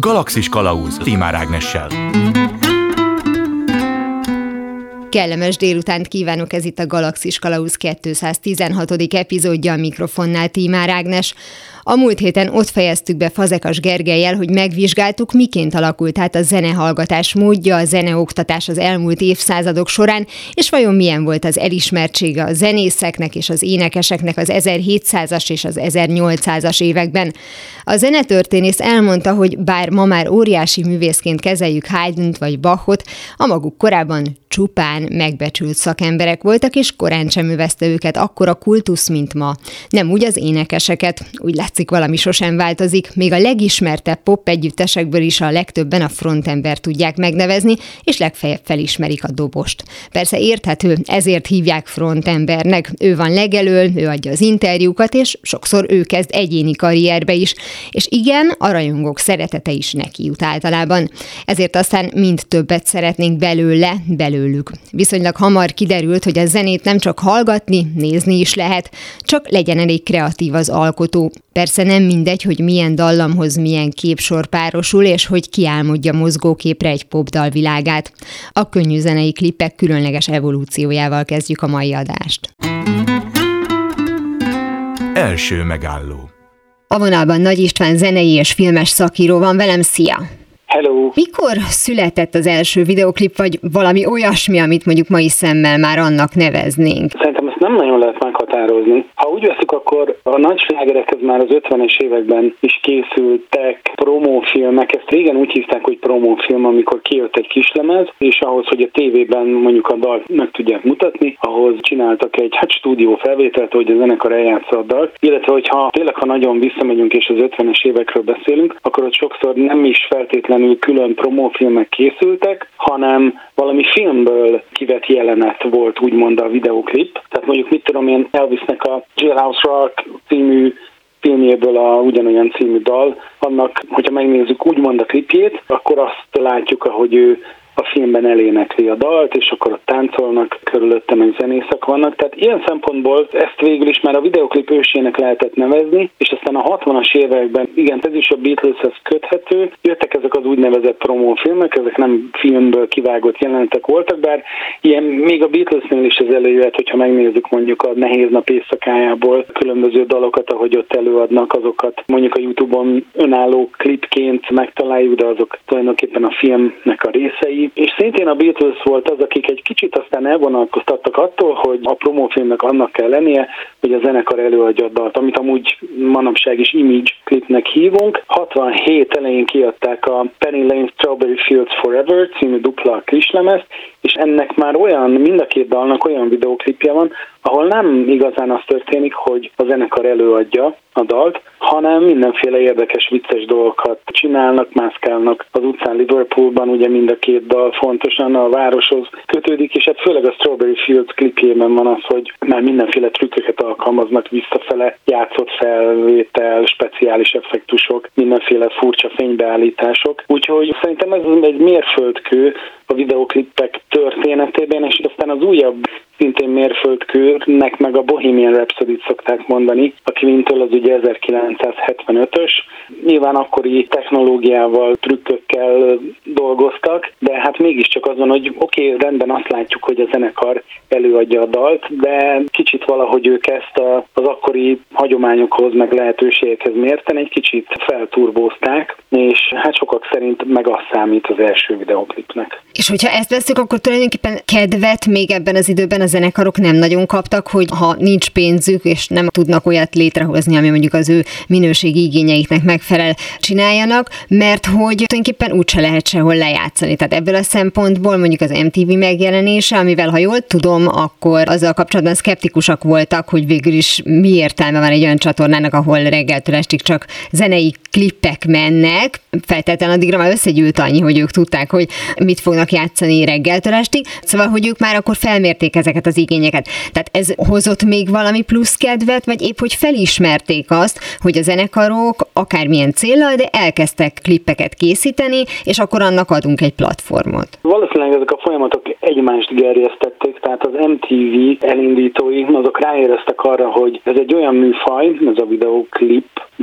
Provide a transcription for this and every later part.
Galaxis Kalauz Tímár Ágnessel. Kellemes délutánt kívánok, ez itt a Galaxis Kalauz 216. epizódja, a mikrofonnál Tímár Ágnes. A múlt héten ott fejeztük be Fazekas Gergellyel, hogy megvizsgáltuk, miként alakult át a zenehallgatás módja, a zeneoktatás az elmúlt évszázadok során, és vajon milyen volt az elismertsége a zenészeknek és az énekeseknek az 1700-as és az 1800-as években. A zenetörténész elmondta, hogy bár ma már óriási művészként kezeljük Haydnt vagy Bachot, a maguk korában csupán megbecsült szakemberek voltak, és korán sem övezte őket akkora kultusz, mint ma. Nem úgy az énekeseket, úgy látszik, valami sosem változik, még a legismertebb pop együttesekből is a legtöbben a frontember tudják megnevezni, és legfeljebb felismerik a dobost. Persze érthető, ezért hívják frontembernek. Ő van legelől, ő adja az interjúkat, és sokszor ő kezd egyéni karrierbe is. És igen, a rajongók szeretete is neki jut általában. Ezért aztán mind többet szeretnénk belőlük. Viszonylag hamar kiderült, hogy a zenét nem csak hallgatni, nézni is lehet, csak legyen elég kreatív az alkotó. Persze nem mindegy, hogy milyen dallamhoz milyen képsor párosul, és hogy kiálmodja mozgóképre egy popdal világát. A könnyű zenei klipek különleges evolúciójával kezdjük a mai adást. Első megálló. A vonalban Nagy István zenei és filmes szakíró van velem, szia! Hello! Mikor született az első videoklip, vagy valami olyasmi, amit mondjuk mai szemmel már annak neveznénk? Szerintem ezt nem nagyon lehet meghatározni. Ha úgy veszük, akkor a nagy slágerekhez már az 50-es években is készültek promófilmek. Ezt régen úgy hívták, hogy promófilm, amikor kijött egy kislemez, és ahhoz, hogy a tévében mondjuk a dalt meg tudják mutatni, ahhoz csináltak egy stúdió felvételt, hogy a zenekar eljátsza a dalt. Illetve, hogyha tényleg, ha nagyon visszamegyünk és az 50-es évekről beszélünk, akkor ott sokszor nem is feltétlenül külön promófilmek készültek, hanem valami filmből kivett jelenet volt úgymond a videoklip. Tehát mondjuk mit tudom én, Elvisnek a Jailhouse Rock című filmjéből a ugyanolyan című dal, annak, hogyha megnézzük úgymond a klipjét, akkor azt látjuk, ahogy ő a filmben elénekli a dalt, és akkor ott táncolnak, körülötte meg zenészek vannak. Tehát ilyen szempontból ezt végül is már a videoklip ősének lehetett nevezni, és aztán a 60-as években, igen, ez is a Beatleshez köthető, jöttek ezek az úgynevezett promófilmek, ezek nem filmből kivágott jelenetek voltak, bár ilyen még a Beatlesnél is ez előjöhet, hogyha megnézzük mondjuk a Nehéz nap éjszakájából különböző dalokat, ahogy ott előadnak, azokat mondjuk a YouTube-on önálló klipként megtaláljuk, de azok tulajdonképpen a filmnek a részei. És szintén a Beatles volt az, akik egy kicsit aztán elvonalkoztattak attól, hogy a promófilmnek annak kell lennie, hogy a zenekar előadja a dalt, amit amúgy manapság is image klipnek hívunk. 67 elején kiadták a Penny Lane Strawberry Fields Forever című dupla kislemezt, és ennek már olyan, mind a két dalnak olyan videóklipje van, ahol nem igazán az történik, hogy a zenekar előadja a dalt, hanem mindenféle érdekes, vicces dolgokat csinálnak, mászkálnak az utcán Liverpoolban, ugye mind a két dal fontosan a városhoz kötődik, és hát főleg a Strawberry Fields klipjében van az, hogy már mindenféle trükköket alkalmaznak, visszafele játszott felvétel, speciális effektusok, mindenféle furcsa fénybeállítások. Úgyhogy szerintem ez egy mérföldkő a videóklipek történetében, és aztán az újabb szintén mérföldkőnek meg a Bohemian Rhapsody-t szokták mondani, a Queen-től az ugye 1975-ös. Nyilván akkori technológiával, trükkökkel dolgoztak, de hát mégiscsak az van, hogy oké, rendben azt látjuk, hogy a zenekar előadja a dalt, de kicsit valahogy ők ezt az akkori hagyományokhoz, meg lehetőségekhez mérten egy kicsit felturbózták, és hát sokak szerint meg az számít az első videóklipnek. És hogyha ezt veszük, akkor tulajdonképpen kedvet még ebben az időben a zenekarok nem nagyon kaptak, hogy ha nincs pénzük, és nem tudnak olyat létrehozni, ami mondjuk az ő minőségi igényeiknek megfelel, csináljanak, mert hogy tulajdonképpen úgyse lehet sehol lejátszani. Tehát ebből a szempontból mondjuk az MTV megjelenése, amivel ha jól tudom, akkor azzal kapcsolatban szkeptikusak voltak, hogy végül is mi értelme van egy olyan csatornának, ahol reggeltől estig csak zenei klippek mennek. Feltétlenül addigra már összegyűlt annyi, hogy ők tudták, hogy mit fognak játszani reggeltől estig. Szóval, hogy ők már akkor felmérték ezeket az igényeket. Tehát ez hozott még valami plusz kedvet, vagy épp, hogy felismerték azt, hogy a zenekarok akármilyen céllal, de elkezdtek klippeket készíteni, és akkor annak adunk egy platformot. Valószínűleg ezek a folyamatok egymást gerjesztették, tehát az MTV elindítói, azok ráéreztek arra, hogy ez egy olyan műfaj, ez a videóklip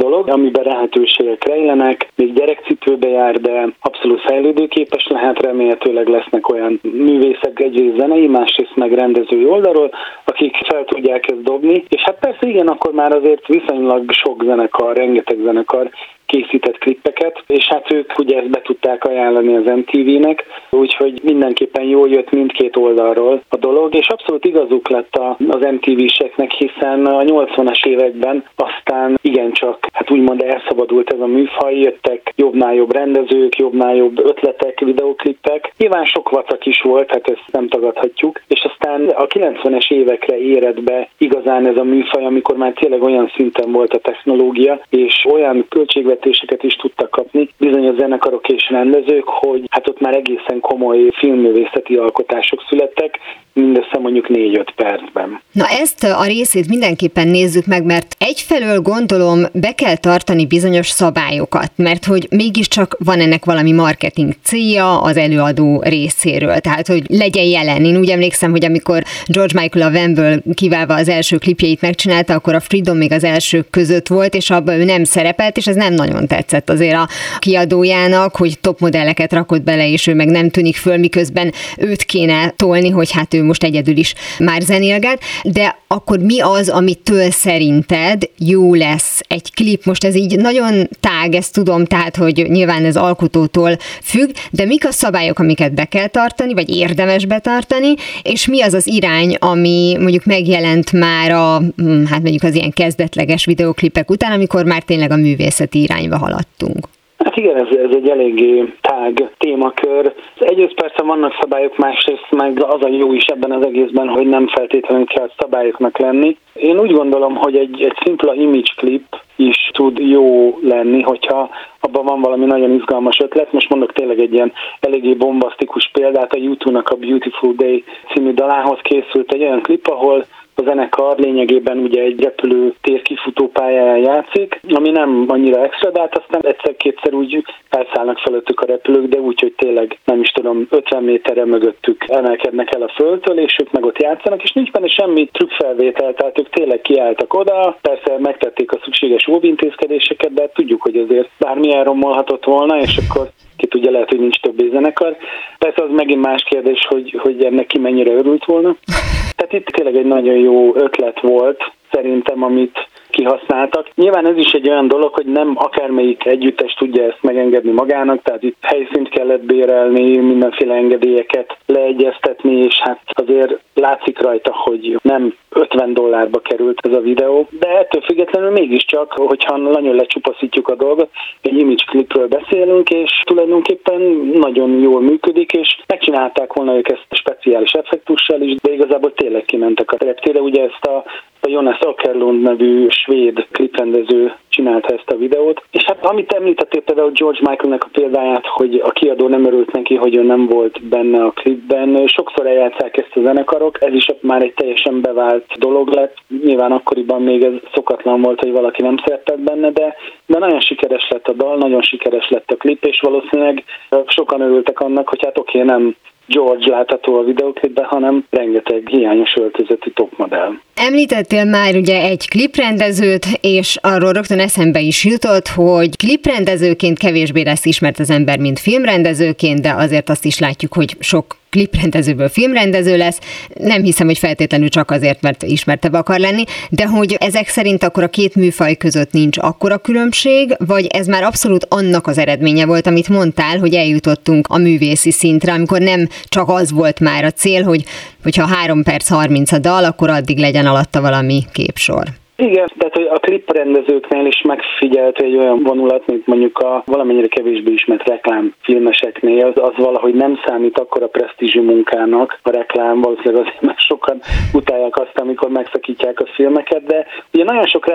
dolog, amiben lehetőségek rejlenek, még gyerekcipőbe jár, de abszolút fejlődőképes lehet, remélhetőleg lesznek olyan művészek, egyrészt zenei, másrészt meg rendezői oldalról, akik fel tudják ezt dobni, és hát persze igen, akkor már azért viszonylag sok zenekar, rengeteg zenekar készített klippeket, és hát ők ugye ezt be tudták ajánlani az MTV-nek, úgyhogy mindenképpen jól jött mindkét oldalról a dolog, és abszolút igazuk lett az MTV-seknek, hiszen a 80-as években aztán igencsak, hát úgymond elszabadult ez a műfaj, jöttek jobbnál jobb rendezők, jobbnál jobb ötletek, videóklippek. Nyilván sok vacak is volt, hát ezt nem tagadhatjuk, és aztán a 90-es évekre érett be igazán ez a műfaj, amikor már tényleg olyan szinten volt a technológia, és olyan költségvetéseket is tudtak kapni bizonyos zenekarok és rendezők, hogy hát ott már egészen komoly filmművészeti alkotások születtek, mindössze mondjuk 4-5 percben. Na ezt a részét mindenképpen nézzük meg, mert egyfelől gondolom be kell tartani bizonyos szabályokat, mert hogy mégiscsak van ennek valami marketing célja az előadó részéről, tehát hogy legyen jelen. Én úgy emlékszem, hogy amikor George Michael a Whamből kiválva az első klipjeit megcsinálta, akkor a Freedom még az elsők között volt, és abban ő nem szerepelt, és ez nem nagyon tetszett azért a kiadójának, hogy top modelleket rakott bele, és ő meg nem tűnik föl, miközben őt kéne tolni, hogy hát ő most egyedül is már zenélget, de akkor mi az, amitől szerinted jó lesz egy klip? Most ez így nagyon tág, ezt tudom, tehát, hogy nyilván ez alkotótól függ, de mik a szabályok, amiket be kell tartani, vagy érdemes betartani, és mi az az irány, ami mondjuk megjelent már hát mondjuk az ilyen kezdetleges videóklipek után, amikor már tényleg a művészeti irányba haladtunk? Hát igen, ez egy eléggé tág témakör. Egyrészt persze vannak szabályok, másrészt meg az a jó is ebben az egészben, hogy nem feltétlenül kell szabályoknak lenni. Én úgy gondolom, hogy egy szimpla image clip is tud jó lenni, hogyha abban van valami nagyon izgalmas ötlet. Most mondok tényleg egy ilyen eléggé bombasztikus példát, a U2-nak a Beautiful Day című dalához készült egy olyan klip, ahol a zenekar lényegében ugye egy repülőtér kifutópályáján játszik, ami nem annyira extra, de hát aztán egyszer-kétszer úgy elszállnak felettük a repülők, de úgy, hogy tényleg nem is tudom, 50 méterre mögöttük emelkednek el a földtől, és ők meg ott játszanak, és nincs benne semmi trükkfelvétel, tehát ők tényleg kiálltak oda, persze megtették a szükséges óvintézkedéseket, de tudjuk, hogy azért bármilyen romolhatott volna, és akkor ki tudja, lehet, hogy nincs több zenekar. Persze az megint más kérdés, hogy ennek ki mennyire örült volna. Tehát itt tényleg egy nagyon jó ötlet volt, szerintem, amit kihasználtak. Nyilván ez is egy olyan dolog, hogy nem akármelyik együttes tudja ezt megengedni magának, tehát itt helyszínt kellett bérelni, mindenféle engedélyeket leegyeztetni, és hát azért látszik rajta, hogy nem $50 került ez a videó, de ettől függetlenül mégiscsak, hogyha nagyon lecsupaszítjuk a dolgot, egy image clipről beszélünk, és tulajdonképpen nagyon jól működik, és megcsinálták volna ők ezt speciális effektussal is, de igazából tényleg kimentek a reptére. Ugye ezt a Jonas Åkerlund nevű svéd kliprendező csinálta ezt a videót. És hát amit említettél például George Michaelnek a példáját, hogy a kiadó nem örült neki, hogy ő nem volt benne a klipben. Sokszor eljátszák ezt a zenekarok, ez is már egy teljesen bevált dolog lett. Nyilván akkoriban még ez szokatlan volt, hogy valaki nem szerepelt benne, de nagyon sikeres lett a dal, nagyon sikeres lett a klip, és valószínűleg sokan örültek annak, hogy hát oké, nem George látható a videóklipben, hanem rengeteg hiányos öltözetű topmodell. Említettél már ugye egy kliprendezőt, és arról rögtön eszembe is jutott, hogy kliprendezőként kevésbé lesz ismert az ember, mint filmrendezőként, de azért azt is látjuk, hogy sok kliprendezőből filmrendező lesz. Nem hiszem, hogy feltétlenül csak azért, mert ismertebb akar lenni, de hogy ezek szerint akkor a két műfaj között nincs akkora különbség, vagy ez már abszolút annak az eredménye volt, amit mondtál, hogy eljutottunk a művészi szintre, amikor nem csak az volt már a cél, hogyha 3 perc 30 a dal, akkor addig legyen alatta valami képsor. Igen, tehát hogy a kliprendezőknél is megfigyelhető egy olyan vonulat, mint mondjuk a valamennyire kevésbé ismert reklámfilmeseknél, az valahogy nem számít akkora presztízsű munkának a reklám, valószínűleg azért, mert sokan utálják azt, amikor megszakítják a filmeket, de ugye nagyon sok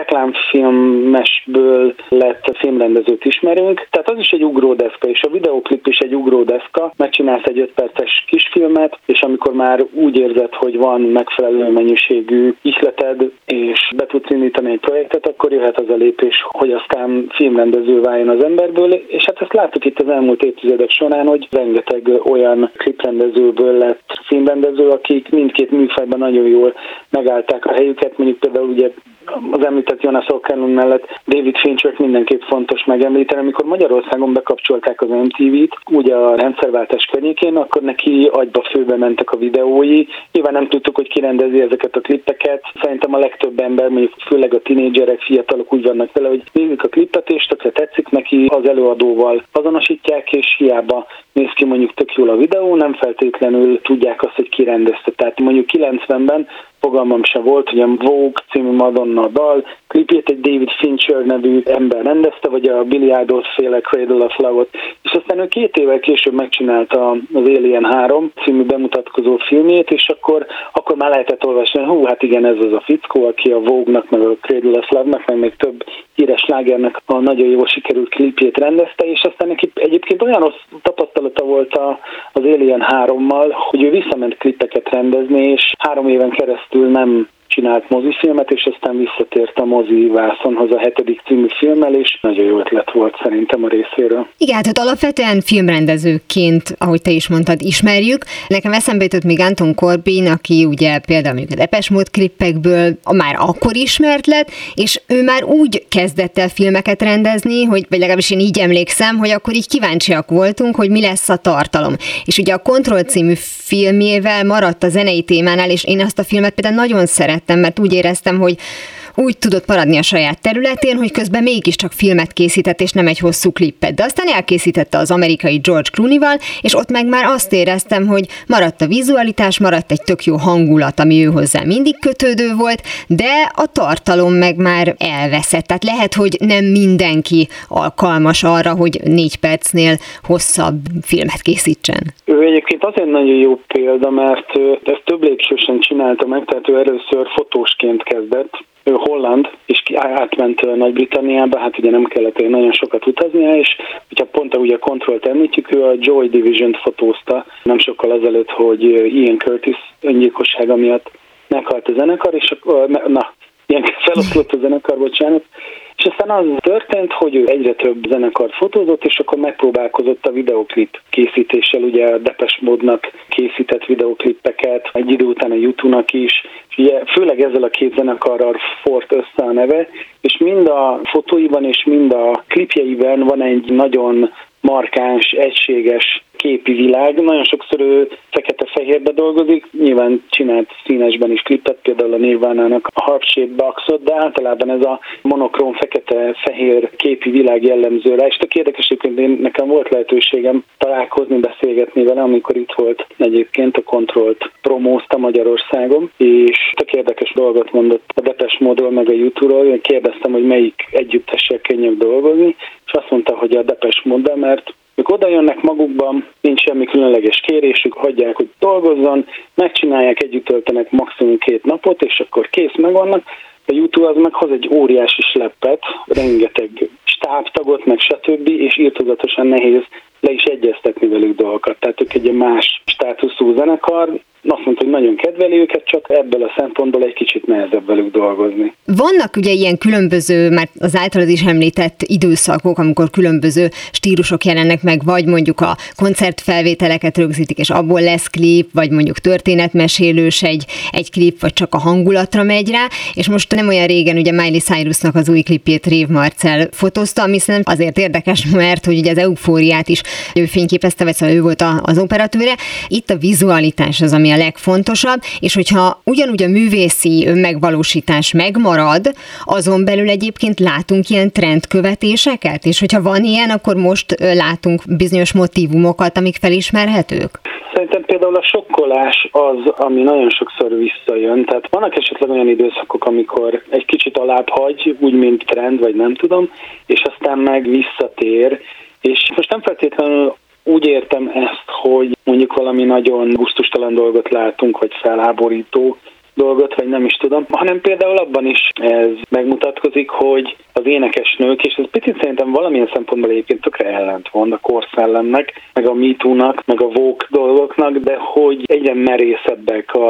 reklámfilmesből lett filmrendezőt ismerünk, tehát az is egy ugródeszka, és a videóklip is egy ugródeszka, megcsinálsz egy 5 perces kisfilmet, és amikor már úgy érzed, hogy van megfelelő mennyiségű ihleted, és be tudsz akarsz indítani egy projektet, akkor jöhet az a lépés, hogy aztán filmrendező váljon az emberből, és hát ezt láttuk itt az elmúlt évtizedek során, hogy rengeteg olyan kliprendezőből lett filmrendező, akik mindkét műfajban nagyon jól megállták a helyüket, mondjuk például ugye az említett Jonas Åkerlund mellett David Finchert mindenképp fontos megemlíteni. Amikor Magyarországon bekapcsolták az MTV-t, ugye a rendszerváltás környékén, akkor neki agyba főbe mentek a videói. Nyilván nem tudtuk, hogy ki rendezi ezeket a klippeket. Szerintem a legtöbb ember, mondjuk főleg a tinédzserek, fiatalok úgy vannak vele, hogy nézik a klippet, és tökre tetszik neki, az előadóval azonosítják, és hiába néz ki mondjuk tök jól a videó, nem feltétlenül tudják azt, hogy ki rendezte. Tehát mondjuk 90-ben fogalmam sem volt, hogy a Vogue című Madonna dal klipjét egy David Fincher nevű ember rendezte, vagy a Billy Idol féle Cradle of Love-ot. És aztán ő 2 évvel később megcsinálta az Alien 3 című bemutatkozó filmjét, és akkor már lehetett olvasni, hogy hát igen, ez az a fickó, aki a Vogue-nak, meg a Cradle of Love-nak, meg még több híres slágernek a nagyon jól sikerült klipjét rendezte, és aztán neki egyébként olyan rossz tapasztalata volt az Alien 3-mal, hogy ő visszament klippeket rendezni, és 3 éven keresztül nem csinált mozifilmet, és aztán visszatért a mozi vászonhoz a 7. című filmmel, és nagyon jó ötlet volt szerintem a részéről. Igen, hát alapvetően filmrendezőként, ahogy te is mondtad, ismerjük. Nekem eszembe jutott még Anton Corbijn, aki ugye például mondjuk a Depeche Mode klippekből már akkor ismert lett, és ő már úgy kezdett el filmeket rendezni, hogy, vagy legalábbis én így emlékszem, hogy akkor így kíváncsiak voltunk, hogy mi lesz a tartalom. És ugye a Control című filmjével maradt a zenei témánál, és én azt a filmet például nagyon szerettem, mert úgy éreztem, hogy úgy tudott maradni a saját területén, hogy közben mégiscsak filmet készített, és nem egy hosszú klippet. De aztán elkészítette az amerikai George Clooney-val, és ott meg már azt éreztem, hogy maradt a vizualitás, maradt egy tök jó hangulat, ami ő hozzá mindig kötődő volt, de a tartalom meg már elveszett. Tehát lehet, hogy nem mindenki alkalmas arra, hogy 4 percnél hosszabb filmet készítsen. Ő egyébként azért nagyon jó példa, mert ezt több lépcsősen csinálta meg, tehát ő először fotósként kezdett. Ő holland, és átment Nagy-Britanniába, hát ugye nem kellett nagyon sokat utaznia, és hogyha pont ahogy a Controlt említjük, ő a Joy Division-t fotózta nem sokkal azelőtt, hogy Ian Curtis öngyilkossága miatt meghalt a zenekar, és ilyen feloszlott a zenekar, bocsánat, és aztán az történt, hogy ő egyre több zenekart fotózott, és akkor megpróbálkozott a videoklip készítéssel, ugye a Depeche Mode-nak készített videoklippeket, egy idő után a U2-nak is, és ugye főleg ezzel a 2 zenekarral fort össze a neve, és mind a fotóiban és mind a klipjeiben van egy nagyon markáns, egységes képi világ. Nagyon sokszor ő fekete-fehérbe dolgozik, nyilván csinált színesben is klippet, például a Nirvánának a Harp Shaped Boxot, de általában ez a monokróm fekete-fehér képi világ jellemző rá, és tök érdekes, hogy nekem volt lehetőségem találkozni, beszélgetni vele, amikor itt volt egyébként a Controlt promózta Magyarországon, és tök érdekes dolgot mondott a Depeche Mode-ról, meg a U2-ról. Én kérdeztem, hogy melyik együttessel könnyebb dolgozni, és azt mondta, hogy a Depeche Mode, mert ők oda jönnek magukban, nincs semmi különleges kérésük, hagyják, hogy dolgozzon, megcsinálják, együtt töltenek maximum 2 napot, és akkor kész, megvannak. A U2 az meg hoz egy óriási sleppet, rengeteg stábtagot, meg stb., és írtozatosan nehéz le is egyeztetni velük dolgokat. Tehát ők egy más státuszú zenekar, azt mondta, hogy nagyon kedveli őket, csak ebből a szempontból egy kicsit nehezebb velük dolgozni. Vannak ugye ilyen különböző, már az általad is említett időszakok, amikor különböző stílusok jelennek meg, vagy mondjuk a koncertfelvételeket rögzítik, és abból lesz klip, vagy mondjuk történetmesélős egy klip, vagy csak a hangulatra megy rá, és most nem olyan régen ugye Miley Cyrusnak az új klipjét Rév Marcell fotózta, ami szerintem azért érdekes, mert hogy ugye az Eufóriát is ő fényképezte, vagy szóval ő volt az operatőre. Itt a vizualitás az, ami a legfontosabb, és hogyha ugyanúgy a művészi önmegvalósítás megmarad, azon belül egyébként látunk ilyen trendkövetéseket, és hogyha van ilyen, akkor most látunk bizonyos motívumokat, amik felismerhetők? Szerintem például a sokkolás az, ami nagyon sokszor visszajön. Tehát vannak esetleg olyan időszakok, amikor egy kicsit alább hagy, úgy, mint trend, vagy nem tudom, és aztán meg visszatér, és most nem feltétlenül úgy értem ezt, hogy mondjuk valami nagyon gusztustalan dolgot látunk, vagy felháborító dolgot, vagy nem is tudom, hanem például abban is ez megmutatkozik, hogy az énekesnők, és ez picit szerintem valamilyen szempontból egyébként tökre ellentmond a korszellemnek, meg a MeToo-nak, meg a Vogue dolgoknak, de hogy egyre merészebbek a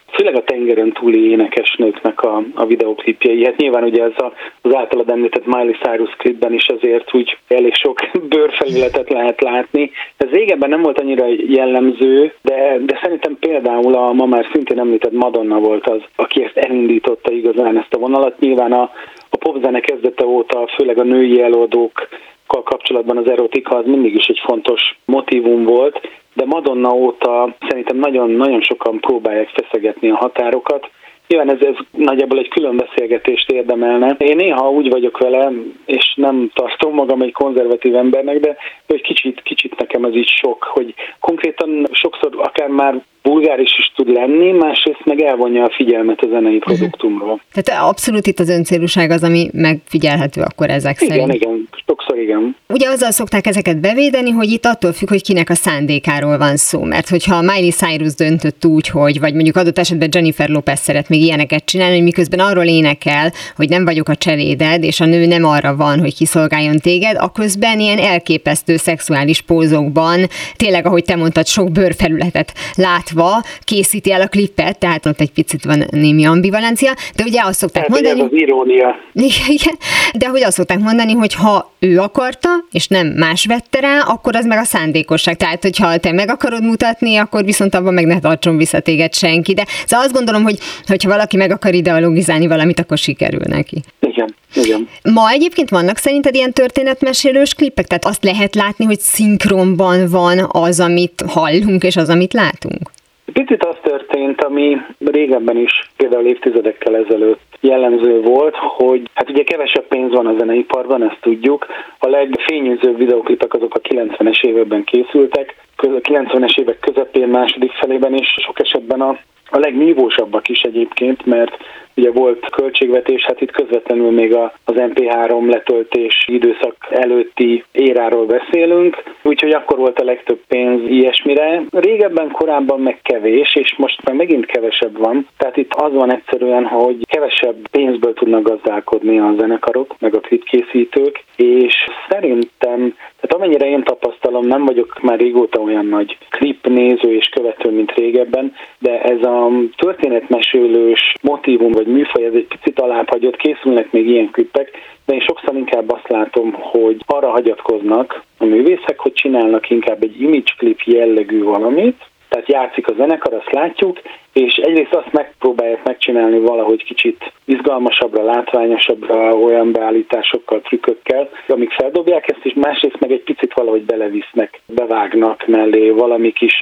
főleg a tengeren túli énekesnőknek a videóklipjei. Hát nyilván ugye ez az általad említett Miley Cyrus klipben is azért úgy elég sok bőrfelületet lehet látni. Ez régebben nem volt annyira jellemző, de szerintem például a ma már szintén említett Madonna volt az, aki ezt elindította igazán ezt a vonalat. Nyilván a popzene kezdete óta, főleg a női előadókkal kapcsolatban az erotika az mindig is egy fontos motívum volt, de Madonna óta szerintem nagyon-nagyon sokan próbálják feszegetni a határokat. Nyilván ez nagyjából egy külön beszélgetést érdemelne. Én néha úgy vagyok vele, és nem tartom magam egy konzervatív embernek, de hogy kicsit nekem ez így sok, hogy konkrétan sokszor akár már vulgáris is tud lenni, másrészt meg elvonja a figyelmet a zenei produktumról. Tehát abszolút itt az öncélúság az, ami megfigyelhető akkor ezek szerint. Igen, sokszor igen. Ugye azzal szokták ezeket bevédeni, hogy itt attól függ, hogy kinek a szándékáról van szó, mert hogyha Miley Cyrus döntött úgy, vagy mondjuk adott esetben Jennifer Lopez szeret még ilyeneket csinálni, hogy miközben arról énekel, hogy nem vagyok a cseléded, és a nő nem arra van, hogy kiszolgáljon téged, aközben ilyen elképesztő szexuális pózokban, tényleg, ahogy te mondtad, sok bőrfelületet látva készíti el a klippet, tehát ott egy picit van némi ambivalencia, de ugye azt szokták mondani... Ez az irónia. Igen, de hogy azt szokták mondani, hogy ha ő akarta, és nem más vette rá, akkor az meg a szándékosság. Tehát, hogyha te meg akarod mutatni, akkor viszont abban meg ne tartson vissza téged senki. De szóval azt gondolom, hogy ha valaki meg akar ideologizálni valamit, akkor sikerül neki. Igen. Ma egyébként vannak szerinted ilyen történetmesélős klippek? Tehát azt lehet látni, hogy szinkronban van az, amit hallunk, és az, amit látunk? Picit az történt, ami régebben is, például évtizedekkel ezelőtt jellemző volt, hogy hát ugye kevesebb pénz van a zeneiparban, ezt tudjuk. A legfényűzőbb videóklipek azok a 90-es években készültek, a 90-es évek közepén, második felében is sok esetben a legnívósabbak is egyébként, mert ugye volt költségvetés, hát itt közvetlenül még az MP3 letöltés időszak előtti éráról beszélünk, úgyhogy akkor volt a legtöbb pénz ilyesmire. Régebben, korábban meg kevés, és most meg megint kevesebb van. Tehát itt az van egyszerűen, hogy kevesebb pénzből tudnak gazdálkodni a zenekarok, meg a klipkészítők, és szerintem, tehát amennyire én tapasztalom, nem vagyok már régóta olyan nagy klipnéző és követő, mint régebben, de ez a történetmesélős motívum vagy műfaj, ez egy picit alábbhagyott, készülnek még ilyen klippek, de én sokszor inkább azt látom, hogy arra hagyatkoznak a művészek, hogy csinálnak inkább egy image klip jellegű valamit, tehát játszik a zenekar, azt látjuk, és egyrészt azt megpróbálják megcsinálni valahogy kicsit izgalmasabbra, látványosabbra, olyan beállításokkal, trükkökkel, amik feldobják ezt, és másrészt meg egy picit valahogy belevisznek, bevágnak mellé valami kis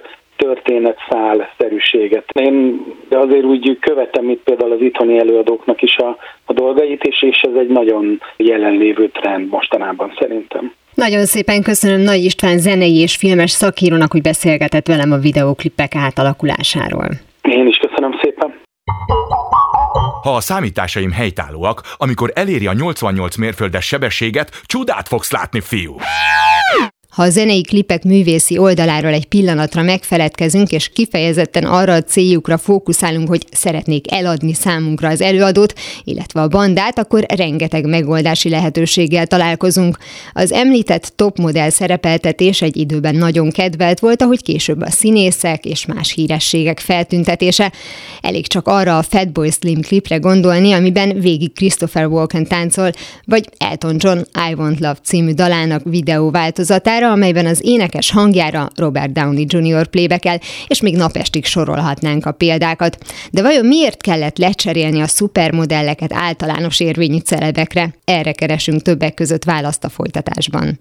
történetszál-szerűséget. Én azért úgy követem itt például az itthoni előadóknak is a dolgait, és ez egy nagyon jelenlévő trend mostanában szerintem. Nagyon szépen köszönöm Nagy István zenei és filmes szakírónak, hogy beszélgetett velem a videóklipek átalakulásáról. Én is köszönöm szépen. Ha a számításaim helytállóak, amikor eléri a 88 mérföldes sebességet, csodát fogsz látni, fiú! Ha a zenei klipek művészi oldaláról egy pillanatra megfeledkezünk, és kifejezetten arra a céljukra fókuszálunk, hogy szeretnék eladni számunkra az előadót, illetve a bandát, akkor rengeteg megoldási lehetőséggel találkozunk. Az említett topmodell szerepeltetés egy időben nagyon kedvelt volt, ahogy később a színészek és más hírességek feltüntetése. Elég csak arra a Fatboy Slim klipre gondolni, amiben végig Christopher Walken táncol, vagy Elton John I Want Love című dalának videóváltozatára, amelyben az énekes hangjára Robert Downey Jr. playback-el, és még napestig sorolhatnánk a példákat. De vajon miért kellett lecserélni a szupermodelleket általános érvényű celebekre? Erre keresünk többek között választ a folytatásban.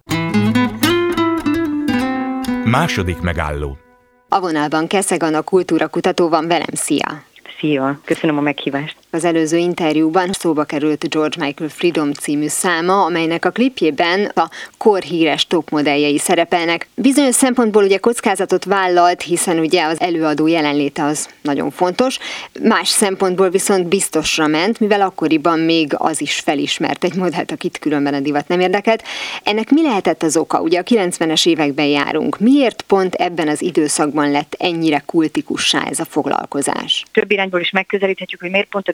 Második megálló. A vonalban Keszeg Anna kultúrakutató van velem, szia! Szia, köszönöm a meghívást. Az előző interjúban szóba került George Michael Freedom című száma, amelynek a klipjében a kor híres topmodelljei szerepelnek. Bizonyos szempontból ugye kockázatot vállalt, hiszen ugye az előadó jelenléte az nagyon fontos, más szempontból viszont biztosra ment, mivel akkoriban még az is felismert egy modellt, akit különben a divat nem érdekelt. Ennek mi lehetett az oka? Ugye a 90-es években járunk. Miért pont ebben az időszakban lett ennyire kultikussá ez a foglalkozás? Több irányból is megközelíthetjük, hogy miért pont a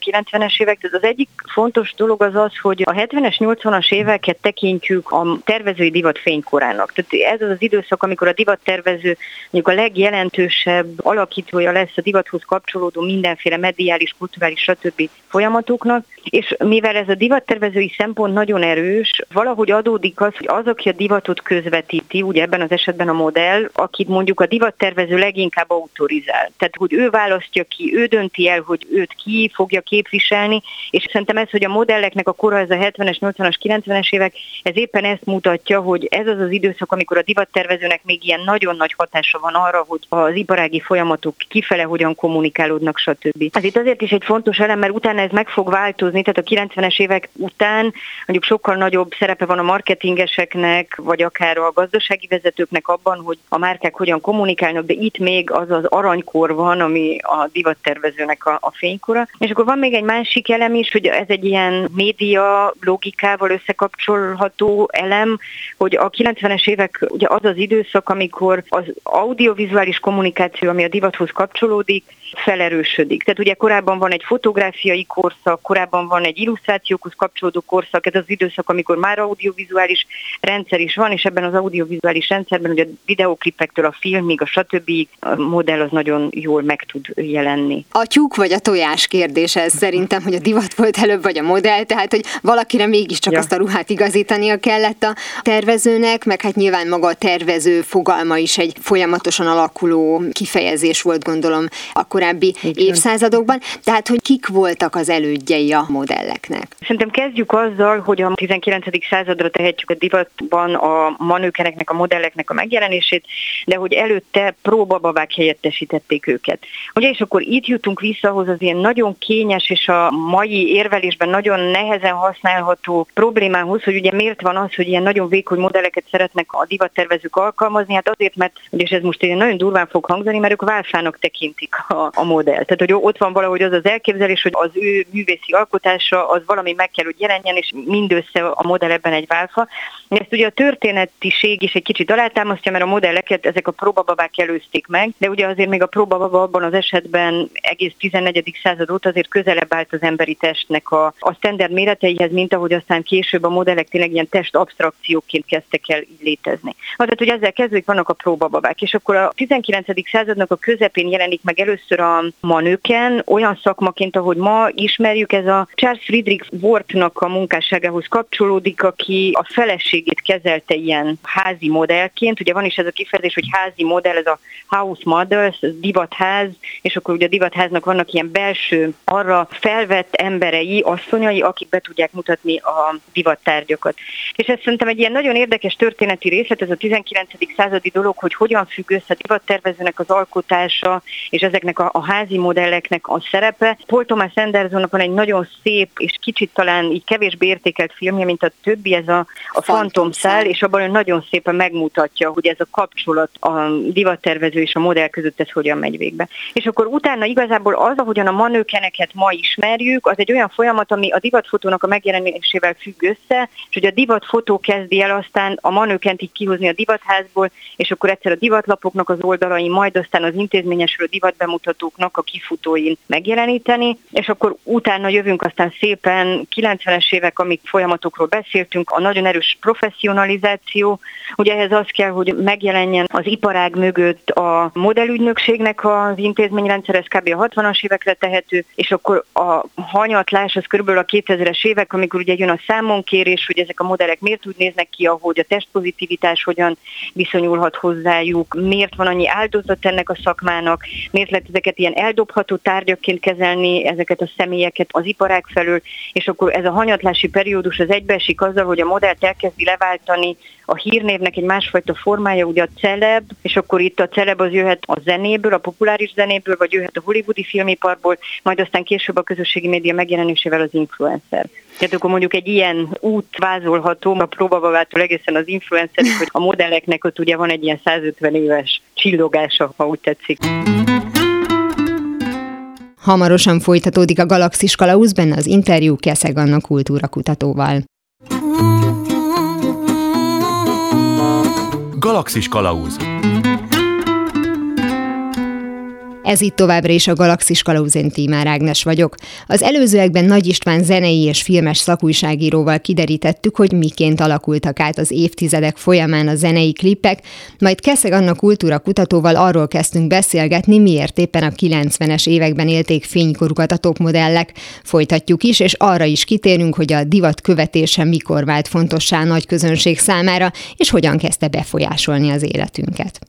90-es évek. Az egyik fontos dolog az, hogy a 70-es, 80-as éveket tekintjük a tervezői divat fénykorának. Tehát ez az időszak, amikor a divattervező mondjuk a legjelentősebb alakítója lesz a divathoz kapcsolódó mindenféle mediális, kulturális, stb. Folyamatoknak, és mivel ez a divattervezői szempont nagyon erős, valahogy adódik az, hogy az, aki a divatot közvetíti, ugye ebben az esetben a modell, akit mondjuk a divattervező leginkább autorizál. Tehát, hogy ő választja ki, ő dönti el, hogy őt ki fogja képviselni, és szerintem ez, hogy a modelleknek a kora, ez a 70-es, 80-as, 90-es évek, ez éppen ezt mutatja, hogy ez az az időszak, amikor a divattervezőnek még ilyen nagyon nagy hatása van arra, hogy az iparági folyamatok kifele hogyan kommunikálódnak, stb. Ez itt azért is egy fontos elem, mert utána ez meg fog változni, tehát a 90-es évek után mondjuk sokkal nagyobb szerepe van a marketingeseknek, vagy akár a gazdasági vezetőknek abban, hogy a márkák hogyan kommunikálnak, de itt még az az aranykor van, ami a divattervezőnek a fénykora. És akkor van még egy másik elem is, hogy ez egy ilyen média logikával összekapcsolható elem, hogy a 90-es évek ugye az az időszak, amikor az audiovizuális kommunikáció, ami a divathoz kapcsolódik, felerősödik. Tehát ugye korábban van egy fotográfiai korszak, korábban van egy illusztrációkhoz kapcsolódó korszak, ez az időszak, amikor már audiovizuális rendszer is van, és ebben az audiovizuális rendszerben ugye a videóklipektől a filmig, a stb. A modell az nagyon jól meg tud jelenni. A tyúk vagy a tojás kérdése ez szerintem, hogy a divat volt előbb, vagy a modell, tehát hogy valakire mégiscsak azt a ruhát igazítania kellett a tervezőnek, meg hát nyilván maga a tervező fogalma is egy folyamatosan alakuló kifejezés volt, gondolom, a korábbi évszázadokban. Tehát, hogy kik voltak az elődjei a modelleknek? Szerintem kezdjük azzal, hogy a 19. századra tehetjük a divatban a manőkeneknek, a modelleknek a megjelenését, de hogy előtte próbababák helyettesítették őket. Ugye, és akkor itt jutunk vissza ahhoz az ilyen nagyon kényes és a mai érvelésben nagyon nehezen használható problémához, hogy ugye miért van az, hogy ilyen nagyon vékony modelleket szeretnek a divattervezők alkalmazni, hát azért, mert, és ez most nagyon durván fog hangzani, mert ők válfának tekintik a modell. Tehát, hogy ott van valahogy az az elképzelés, hogy az ő művészi alkotása az valami meg kell, hogy jelenjen, és mindössze a modell ebben egy válfa. Ezt ugye a történetiség is egy kicsit alátámasztja, mert a modelleket ezek a próbababák előzték meg, de ugye azért még a próbababa abban az esetben egész 14. század óta azért közelebb állt az emberi testnek a standard méreteihez, mint ahogy aztán később a modellek tényleg ilyen test abstrakcióként kezdtek el így létezni. Tehát, hogy ezzel kezdődik vannak a próbababák, és akkor a 19. századnak a közepén jelenik meg először a manőken, olyan szakmaként, ahogy ma ismerjük, ez a Charles Friedrich Worthnak a munkásságához kapcsolódik, aki a feleségét kezelte ilyen házi modellként. Ugye van is ez a kifejezés, hogy házi modell, ez a house model, ez divatház, és akkor ugye a divatháznak vannak ilyen belső, arra felvett emberei, asszonyai, akik be tudják mutatni a divattárgyakat. És ez szerintem egy ilyen nagyon érdekes történeti részlet, ez a 19. századi dolog, hogy hogyan függ össze a divattervezőnek az alkotása, és ezeknek a házi modelleknek a szerepe. Paul Thomas Andersonnak van egy nagyon szép, és kicsit talán így kevésbé értékelt filmje, mint a többi, ez a Fantomszál, és abban nagyon szépen megmutatja, hogy ez a kapcsolat a divattervező és a modell között ez hogyan megy végbe. És akkor utána igazából az, ahogyan a manőkeneket ma ismerjük, az egy olyan folyamat, ami a divatfotónak a megjelenésével függ össze, és hogy a divatfotó kezdi el aztán a manőkent így kihozni a divatházból, és akkor egyszer a divatlapoknak az oldalain, majd aztán az intézményesről divatbemutatóknak a kifutóin megjeleníteni, és akkor utána jövünk aztán szépen 90-es évek, amik folyamatokról beszéltünk, a nagyon erős professzionalizáció. Ugye ehhez az kell, hogy megjelenjen az iparág mögött a modellügynökségnek az intézményrendszer, ez kb. A 60-as évekre tehető, és akkor a hanyatlás az körülbelül a 2000-es évek, amikor ugye jön a számonkérés, hogy ezek a modellek miért úgy néznek ki, ahogy a testpozitivitás hogyan viszonyulhat hozzájuk, miért van annyi áldozat ennek a szakmának, miért lehet ezeket ilyen eldobható tárgyakként kezelni, ezeket a személyeket az iparág felől, és akkor ez a hanyatlási periódus az egybeesik azzal, hogy a modellt elkezdi leváltani a hírnévnek egy másfajta formája, ugye a celeb, és akkor itt a celeb az jöhet a zenéből, a populáris zenéből, vagy jöhet a hollywoodi filmiparból, majd aztán később a közösségi média megjelenésével az influencer. Tehát akkor mondjuk egy ilyen út vázolható a próbababától egészen az influencerig, hogy a modelleknek ott ugye van egy ilyen 150 éves csillogása, ha úgy tetszik. Hamarosan folytatódik a Galaxis Kalauz, benne az interjú Keszeg Anna kultúrakutatóval. Galaxis Kalauz. Ez itt továbbra is a Galaxis Kalauz, én Tímár Ágnes vagyok. Az előzőekben Nagy István zenei és filmes szakújságíróval kiderítettük, hogy miként alakultak át az évtizedek folyamán a zenei klipek, majd Keszeg Anna kultúrakutatóval arról kezdtünk beszélgetni, miért éppen a 90-es években élték fénykorukat a topmodellek. Folytatjuk is, és arra is kitérünk, hogy a divat követése mikor vált fontossá a nagy közönség számára, és hogyan kezdte befolyásolni az életünket.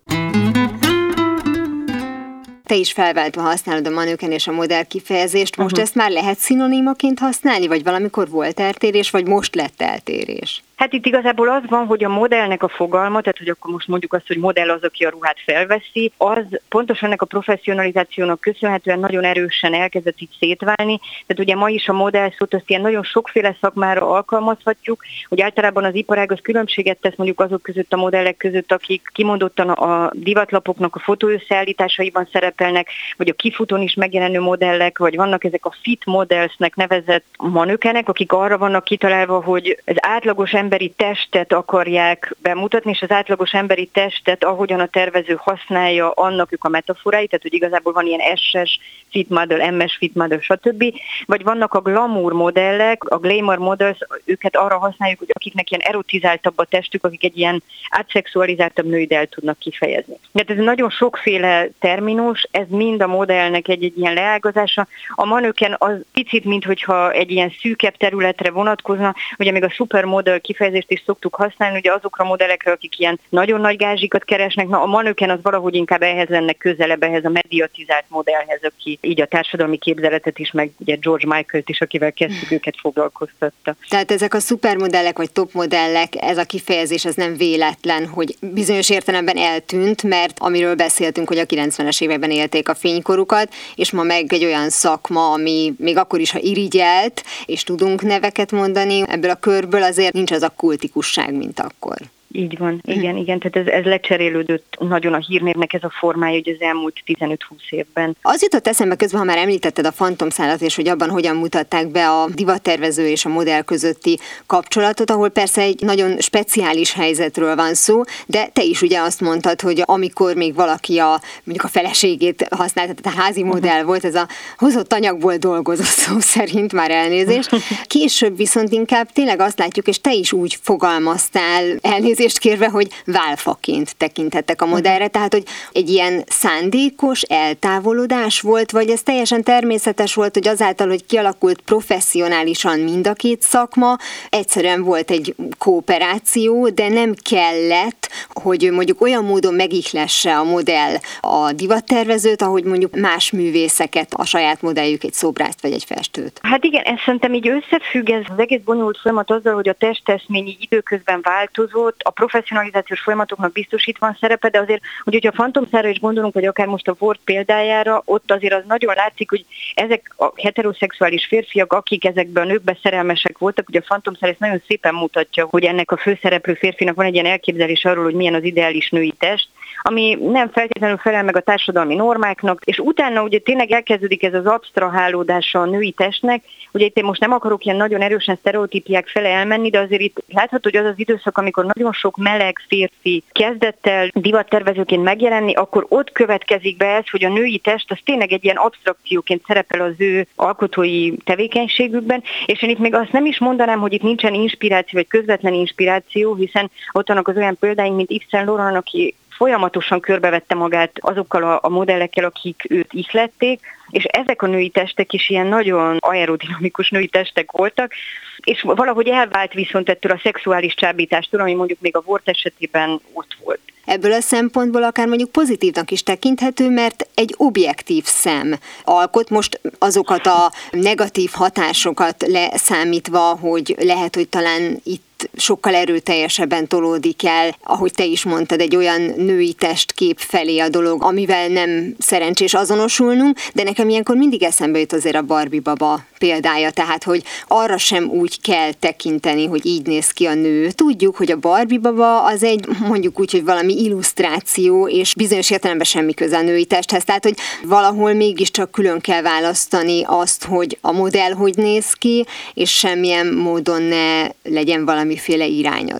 Te is felváltva használod a manőken és a modell kifejezést. Most ezt már lehet szinonimaként használni, vagy valamikor volt eltérés, vagy most lett eltérés? Hát itt igazából az van, hogy a modellnek a fogalma, tehát hogy akkor most mondjuk azt, hogy modell az, aki a ruhát felveszi, az pontosan ennek a professzionalizációnak köszönhetően nagyon erősen elkezdett így szétválni. Tehát ugye ma is a modell szót azt ilyen nagyon sokféle szakmára alkalmazhatjuk, hogy általában az iparág az különbséget tesz mondjuk azok között, a modellek között, akik kimondottan a divatlapoknak a fotóösszeállításaiban szerepelnek, vagy a kifutón is megjelenő modellek, vagy vannak ezek a fit modelsnek nevezett manökenek, akik arra vannak kitalálva, hogy az átlagos emberi testet akarják bemutatni, és az átlagos emberi testet, ahogyan a tervező használja, annak ők a metaforái, tehát hogy igazából van ilyen SS fit model, MS fit model, stb. Vagy vannak a glamour modellek, a glamour models, őket arra használjuk, hogy akiknek ilyen erotizáltabb a testük, akik egy ilyen átszexualizáltabb nőit el tudnak kifejezni. Tehát ez nagyon sokféle terminus, ez mind a modellnek egy ilyen leágazása. A manöken az picit, minthogyha egy ilyen szűkebb területre vonatkozna, ugye még a supermodell kifejezést is szoktuk használni, ugye azokra a modellekre, akik ilyen nagyon nagy gázsikat keresnek, na a manöken az valahogy inkább ehhez lenne közelebb, ehhez a mediatizált modellhez, aki így a társadalmi képzeletet is, meg ugye George Michael-t is, akivel kezdtük, őket foglalkoztatta. Tehát ezek a szupermodellek vagy topmodellek, ez a kifejezés, ez nem véletlen, hogy bizonyos értelemben eltűnt, mert amiről beszéltünk, hogy a 90-es években élték a fénykorukat, és ma meg egy olyan szakma, ami még akkor is, ha irigyelt, és tudunk neveket mondani, ebből a körből azért nincs az a kultikusság, mint akkor. Így van, igen, tehát ez lecserélődött nagyon a hírnévnek ez a formája, hogy az elmúlt 15-20 évben. Az jutott eszembe közben, ha már említetted a fantomszálat, és hogy abban hogyan mutatták be a divattervező és a modell közötti kapcsolatot, ahol persze egy nagyon speciális helyzetről van szó, de te is ugye azt mondtad, hogy amikor még valaki mondjuk a feleségét használta, tehát a házi modell volt, ez a hozott anyagból dolgozó szó szerint, már elnézést. Később viszont inkább tényleg azt látjuk, és te is úgy fogalmaztál, elnézést kérve, hogy válfaként tekintettek a modellre, tehát hogy egy ilyen szándékos eltávolodás volt, vagy ez teljesen természetes volt, hogy azáltal, hogy kialakult professzionálisan mind a két szakma, egyszerűen volt egy kooperáció, de nem kellett, hogy mondjuk olyan módon megihlesse a modell a divattervezőt, ahogy mondjuk más művészeket, a saját modelljük, egy szobrászt vagy egy festőt. Hát igen, ez szerintem így összefügg, ez az egész bonyolult folyamat azzal, hogy a testeszmény így időközben változott, a professzionalizációs folyamatoknak biztosít van szerepe, de azért, hogyha a fantomszára is gondolunk, vagy akár most a Ward példájára, ott azért az nagyon látszik, hogy ezek a heteroszexuális férfiak, akik ezekben a nőkben szerelmesek voltak, ugye a fantomszár ezt nagyon szépen mutatja, hogy ennek a főszereplő férfinak van egy ilyen elképzelés arról, hogy milyen az ideális női test, ami nem feltétlenül felel meg a társadalmi normáknak, és utána ugye tényleg elkezdődik ez az absztrahálódása a női testnek. Ugye itt én most nem akarok ilyen nagyon erősen sztereotípiák fele elmenni, de azért itt látható, hogy az az időszak, amikor nagyon sok meleg férfi kezdett el divattervezőként megjelenni, akkor ott következik be ez, hogy a női test az tényleg egy ilyen absztrakcióként szerepel az ő alkotói tevékenységükben, és én itt még azt nem is mondanám, hogy itt nincsen inspiráció, vagy közvetlen inspiráció, hiszen ott vannak az olyan példáink, mint Yves Saint Laurent, aki folyamatosan körbevette magát azokkal a modellekkel, akik őt ihlették, és ezek a női testek is ilyen nagyon aerodinamikus női testek voltak, és valahogy elvált viszont ettől a szexuális csábítástól, ami mondjuk még a Ward esetében ott volt. Ebből a szempontból akár mondjuk pozitívnak is tekinthető, mert egy objektív szem alkot, most azokat a negatív hatásokat leszámítva, hogy lehet, hogy talán itt sokkal erőteljesebben tolódik el, ahogy te is mondtad, egy olyan női testkép felé a dolog, amivel nem szerencsés azonosulnunk, de nekem ilyenkor mindig eszembe jut azért a Barbie baba példája, tehát, hogy arra sem úgy kell tekinteni, hogy így néz ki a nő. Tudjuk, hogy a Barbie baba az egy, mondjuk úgy, hogy valami illusztráció, és bizonyos értelemben semmi köze a női testhez, tehát, hogy valahol mégiscsak külön kell választani azt, hogy a modell hogy néz ki, és semmilyen módon ne legyen valamiféle irányadó.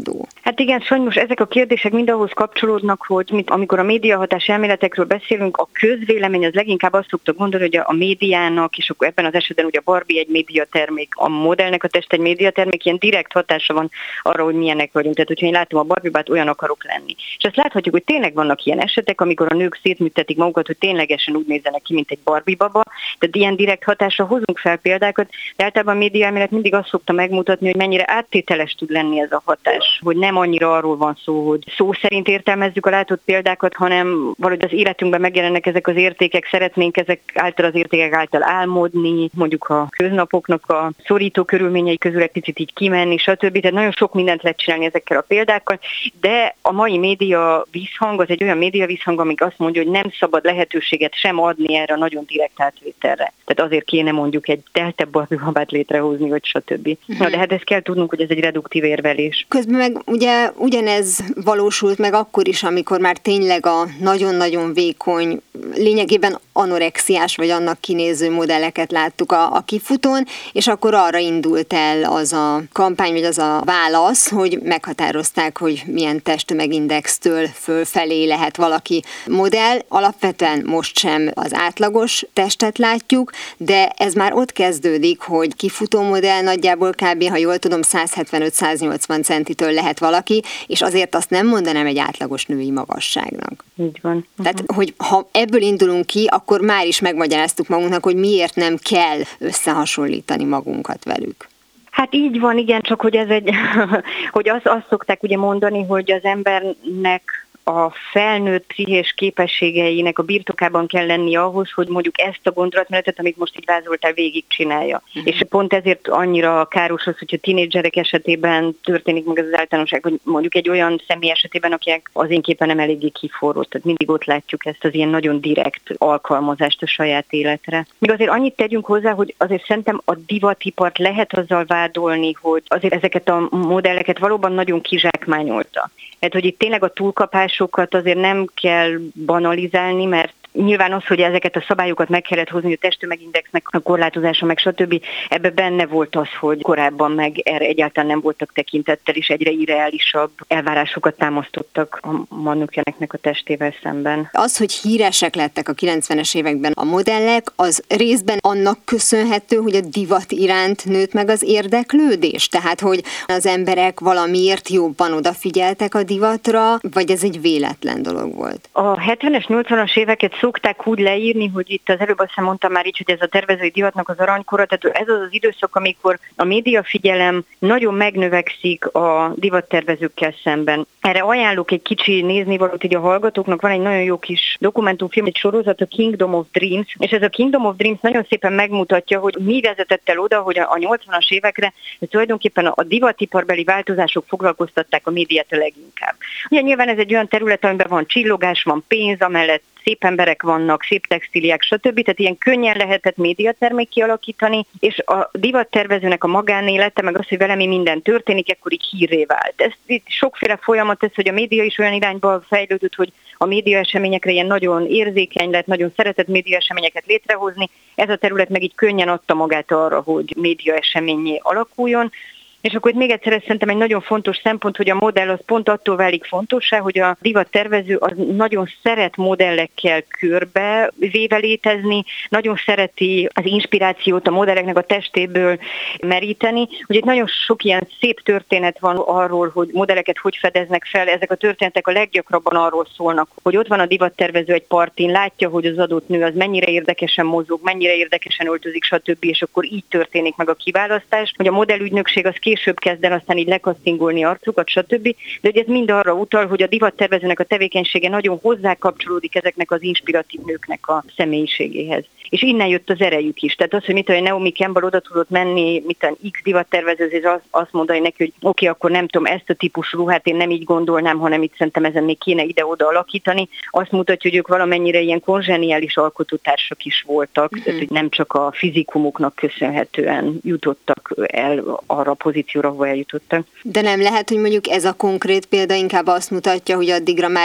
Hát igen, sajnos ezek a kérdések mind ahhoz kapcsolódnak, hogy amikor a médiahatás elméletekről beszélünk, a közvélemény az leginkább azt szokta gondolni, hogy a médiának, és akkor ebben az esetben ugye a Barbie egy médiatermék, a modellnek a test egy médiatermék, ilyen direkt hatása van arra, hogy milyenek vagyunk. Tehát, hogyha én látom a Barbie-bát, olyan akarok lenni. És azt láthatjuk, hogy tényleg vannak ilyen esetek, amikor a nők szétműtetik magukat, hogy ténylegesen úgy nézzenek ki, mint egy Barbie baba. Tehát ilyen direkt hatásra hozunk fel példákat, de általában a médiaelmélet mindig azt szokta megmutatni, hogy mennyire áttételes tud lenni ez a hatás, hogy nem annyira arról van szó, hogy szó szerint értelmezzük a látott példákat, hanem valahogy az életünkben megjelennek ezek az értékek, szeretnénk ezek által az értékek által álmodni, mondjuk a köznapoknak a szorító körülményei közül egy picit így kimenni, stb. Tehát nagyon sok mindent lehet csinálni ezekkel a példákkal, de a mai média visszhang az egy olyan média visszhang, amik azt mondja, hogy nem szabad lehetőséget sem adni erre a nagyon direkt átvételre. Tehát azért kéne mondjuk egy teltebb Barbie-babát létrehozni, vagy stb. Na de hát ezt kell tudnunk, hogy ez egy reduktív érvelés. Közben meg ugye ugyanez valósult meg akkor is, amikor már tényleg a nagyon-nagyon vékony, lényegében anorexiás vagy annak kinéző modelleket láttuk a kifutón, és akkor arra indult el az a kampány, vagy az a válasz, hogy meghatározták, hogy milyen testtömegindextől fölfelé lehet valaki modell. Alapvetően most sem az átlagos testet látjuk, de ez már ott kezdődik, hogy kifutó modell nagyjából kb. Ha jól tudom, 175-180 centitől lehet valaki, és azért azt nem mondanám egy átlagos női magasságnak. Így van. Tehát, hogy ha ebből indulunk ki, akkor már is megmagyaráztuk magunknak, hogy miért nem kell összehasonlítani magunkat velük. Hát így van, igen, csak hogy ez egy, hogy azt szokták ugye mondani, hogy az embernek a felnőtt pszichés képességeinek a birtokában kell lenni ahhoz, hogy mondjuk ezt a gondolatmenetet, amit most így vázoltál, végigcsinálja. És pont ezért annyira káros az, hogyha tínédzserek esetében történik meg ez az általánosság, hogy mondjuk egy olyan személy esetében, akinek az én képen nem eléggé kiforrott. Tehát mindig ott látjuk ezt az ilyen nagyon direkt alkalmazást a saját életre. Még azért annyit tegyünk hozzá, hogy azért szerintem a divatipart lehet azzal vádolni, hogy azért ezeket a modelleket valóban nagyon kizsákmányolta. Tehát, hogy itt tényleg a túlkapásokat azért nem kell banalizálni, mert nyilván az, hogy ezeket a szabályokat meg kellett hozni, a testtömegindexnek a korlátozása, meg stb. Ebbe benne volt az, hogy korábban meg erre egyáltalán nem voltak tekintettel, és egyre irreálisabb elvárásokat támasztottak a manőkeneknek a testével szemben. Az, hogy híresek lettek a 90-es években a modellek, az részben annak köszönhető, hogy a divat iránt nőtt meg az érdeklődés? Tehát, hogy az emberek valamiért jobban odafigyeltek a divatra, vagy ez egy véletlen dolog volt? A 70-es, 80-as éveket szokták úgy leírni, hogy itt az előbb azt mondtam már így, hogy ez a tervezői divatnak az aranykora, tehát ez az az időszak, amikor a médiafigyelem nagyon megnövekszik a divattervezőkkel szemben. Erre ajánlok egy kicsi néznivalót így a hallgatóknak, van egy nagyon jó kis dokumentumfilm, egy sorozat, a Kingdom of Dreams, és ez a Kingdom of Dreams nagyon szépen megmutatja, hogy mi vezetett el oda, hogy a 80-as évekre tulajdonképpen a divatiparbeli változások foglalkoztatták a médiát a leginkább. Ugye nyilván ez egy olyan terület, amiben van csillogás, van pénz, amellett szép emberek vannak, szép textíliák, stb. Tehát ilyen könnyen lehetett médiatermék kialakítani, és a divattervezőnek a magánélete, meg az, hogy vele minden történik, akkor így hírré vált. Ez itt sokféle folyamat, ez, hogy a média is olyan irányba fejlődött, hogy a médiaeseményekre ilyen nagyon érzékeny lett, nagyon szeretett médiaeseményeket létrehozni. Ez a terület meg így könnyen adta magát arra, hogy médiaeseményé alakuljon. És akkor itt még egyszer ez szerintem egy nagyon fontos szempont, hogy a modell az pont attól válik fontossá, hogy a divattervező az nagyon szeret modellekkel körbe véve létezni, nagyon szereti az inspirációt a modelleknek a testéből meríteni. Ugye itt nagyon sok ilyen szép történet van arról, hogy modelleket hogy fedeznek fel. Ezek a történetek a leggyakrabban arról szólnak, hogy ott van a divattervező egy partin, látja, hogy az adott nő az mennyire érdekesen mozog, mennyire érdekesen öltözik, stb. És akkor így történik meg a kiválasztás, hogy a modellügynökség az később kezd el aztán így lekasztingolni arcukat, stb. De ugye ez mind arra utal, hogy a divattervezőnek a tevékenysége nagyon hozzá kapcsolódik ezeknek az inspiratív nőknek a személyiségéhez. És innen jött az erejük is. Tehát az, hogy mit a Naomi Campbell oda tudott menni, mit a X divattervezőzés, azt mondani neki, hogy oké, akkor nem tudom, ezt a típusú ruhát én nem így gondolnám, hanem itt szerintem ezen még kéne ide-oda alakítani. Azt mutatja, hogy ők valamennyire ilyen konzseniális alkotótársak is voltak, tehát hogy nem csak a fizikumuknak köszönhetően jutottak el arra a pozícióra, ahol eljutottak. De nem lehet, hogy mondjuk ez a konkrét példa inkább azt mutatja, hogy addigra már a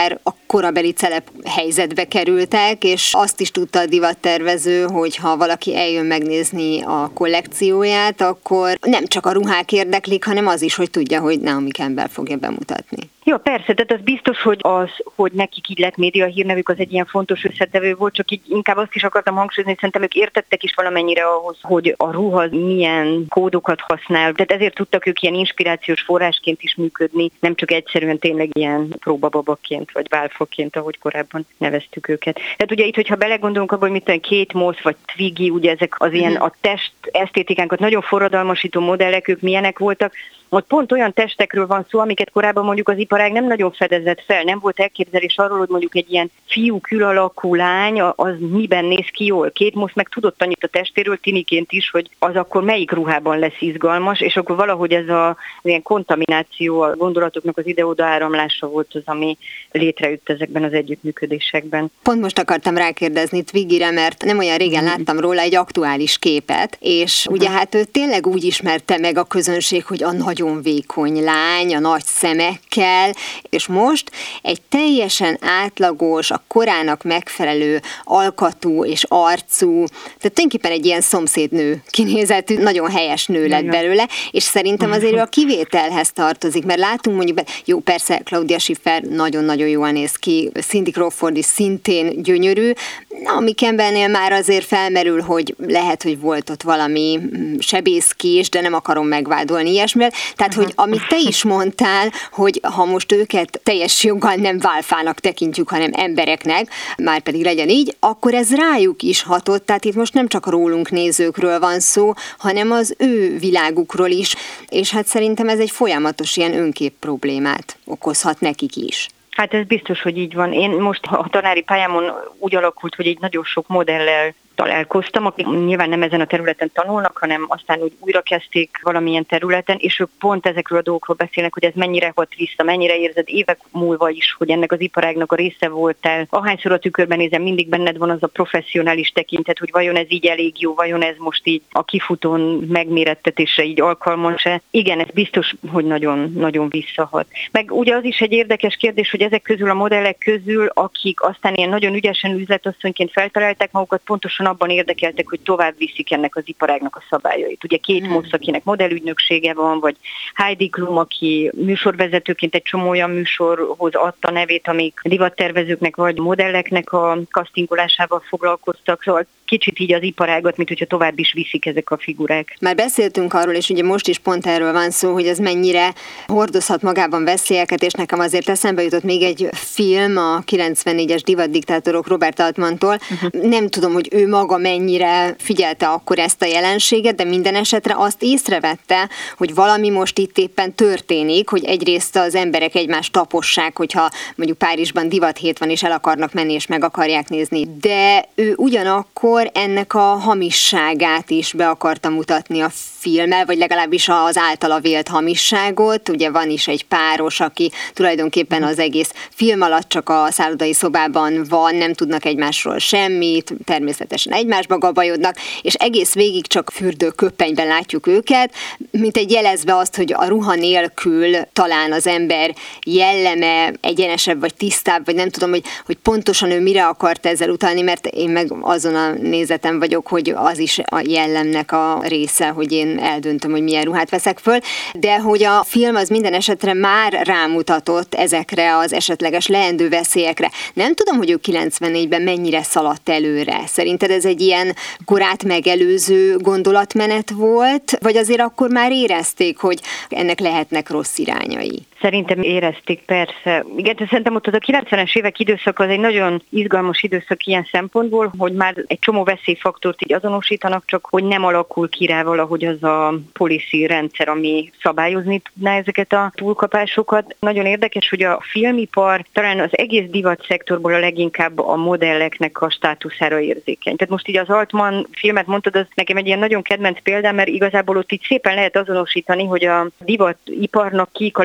korabeli celeb helyzetbe kerültek, és azt is tudta a divattervező, hogy ha valaki eljön megnézni a kollekcióját, akkor nem csak a ruhák érdeklik, hanem az is, hogy tudja, hogy Naomi Campbell fogja bemutatni. Ja, persze, tehát az biztos, hogy nekik így lett média hírnevük, az egy ilyen fontos összetevő volt, csak így inkább azt is akartam hangsúlyozni, hogy szerintem ők értettek is valamennyire ahhoz, hogy a ruha milyen kódokat használ, tehát ezért tudtak ők ilyen inspirációs forrásként is működni, nem csak egyszerűen tényleg ilyen próbababaként, vagy válfaként, ahogy korábban neveztük őket. Tehát ugye itt, hogyha belegondolunk abban, hogy mit Kate Moss vagy Twiggy, ugye ezek az ilyen a test esztétikánkat nagyon forradalmasító modellek, ők milyenek voltak, ott pont olyan testekről van szó, amiket korábban mondjuk az iparág nem nagyon fedezett fel, nem volt elképzelés arról, hogy mondjuk egy ilyen fiú külalakú lány, az miben néz ki jól. Kate Moss meg tudott annyit a testéről tiniként is, hogy az akkor melyik ruhában lesz izgalmas, és akkor valahogy ez az ilyen kontamináció, a gondolatoknak az ide-oda áramlása volt az, ami létrejött ezekben az együttműködésekben. Pont most akartam rákérdezni Twiggyre, mert nem olyan régen láttam róla egy aktuális képet, és ugye hát őt tényleg úgy ismerte meg a közönség, hogy a nagyon vékony lány, a nagy szemekkel, és most egy teljesen átlagos, a korának megfelelő alkatú és arcú, tehát tulajdonképpen egy ilyen szomszédnő kinézetű, nagyon helyes nő lett belőle, és szerintem azért a kivételhez tartozik, mert látunk mondjuk, jó, persze Claudia Schiffer nagyon-nagyon jól néz ki, Cindy Crawford is szintén gyönyörű, Naomi Campbellnél már azért felmerül, hogy lehet, hogy volt ott valami sebészkés, de nem akarom megvádolni ilyesmivel. Tehát, hogy amit te is mondtál, hogy ha most őket teljes joggal nem válfának tekintjük, hanem embereknek, már pedig legyen így, akkor ez rájuk is hatott, tehát itt most nem csak rólunk nézőkről van szó, hanem az ő világukról is, és hát szerintem ez egy folyamatos ilyen önkép problémát okozhat nekik is. Hát ez biztos, hogy így van. Én most a tanári pályámon úgy alakult, hogy egy nagyon sok modellel találkoztam, akik nyilván nem ezen a területen tanulnak, hanem aztán úgy újra kezdték valamilyen területen, és ők pont ezekről a dolgokról beszélnek, hogy ez mennyire hat vissza, mennyire érzed évek múlva is, hogy ennek az iparágnak a része voltál. Ahányszor a tükörben nézem, mindig benned van az a professzionális tekintet, hogy vajon ez így elég jó, vajon ez most így a kifutón megmérettetésre így alkalmas-e. Igen, ez biztos, hogy nagyon visszahat. Meg ugye az is egy érdekes kérdés, hogy ezek közül a modellek közül, akik aztán ilyen nagyon ügyesen üzletasszonyként feltalálták magukat, pontosan abban érdekeltek, hogy tovább viszik ennek az iparágnak a szabályait. Ugye Kate Moss, akinek modellügynöksége van, vagy Heidi Klum, aki műsorvezetőként egy csomó olyan műsorhoz adta nevét, amik divattervezőknek vagy modelleknek a castingolásával foglalkoztak, szóval kicsit így az iparágat, mint hogyha tovább is viszik ezek a figurák. Már beszéltünk arról, és ugye most is pont erről van szó, hogy ez mennyire hordozhat magában veszélyeket, és nekem azért eszembe jutott még egy film, a 94-es divatdiktátorok Robert Altmantól. Nem tudom, hogy ő maga mennyire figyelte akkor ezt a jelenséget, de minden esetre azt észrevette, hogy valami most itt éppen történik, hogy egyrészt az emberek egymást tapossák, hogyha mondjuk Párizsban divathét van, és el akarnak menni, és meg akarják nézni. De ő ugyanakkor ennek a hamisságát is be akarta mutatni a filmmel, vagy legalábbis az általa vélt hamisságot. Ugye van is egy páros, aki tulajdonképpen az egész film alatt csak a szállodai szobában van, nem tudnak egymásról semmit, természetesen egymásba gabajodnak, és egész végig csak fürdőköppenyben látjuk őket, mint egy jelezve azt, hogy a ruha nélkül talán az ember jelleme egyenesebb, vagy tisztább, vagy nem tudom, hogy pontosan ő mire akart ezzel utalni, mert én meg azon a nézetem vagyok, hogy az is a jellemnek a része, hogy én eldöntöm, hogy milyen ruhát veszek föl, de hogy a film az minden esetre már rámutatott ezekre az esetleges leendő veszélyekre. Nem tudom, hogy ő 94-ben mennyire szaladt előre. Szerinted ez egy ilyen korát megelőző gondolatmenet volt, vagy azért akkor már érezték, hogy ennek lehetnek rossz irányai? Szerintem érezték, persze. Igen, szerintem ott az a 90-es évek időszak az egy nagyon izgalmas időszak ilyen szempontból, hogy már egy csomó veszélyfaktort így azonosítanak, csak hogy nem alakul ki rá valahogy az a policy rendszer, ami szabályozni tudná ezeket a túlkapásokat. Nagyon érdekes, hogy a filmipar talán az egész divat szektorból a leginkább a modelleknek a státuszára érzékeny. Tehát most így az Altman filmet mondtad, az nekem egy ilyen nagyon kedvenc példám, mert igazából ott így szépen lehet azonosítani, hogy a divatiparnak kik a legfontosabb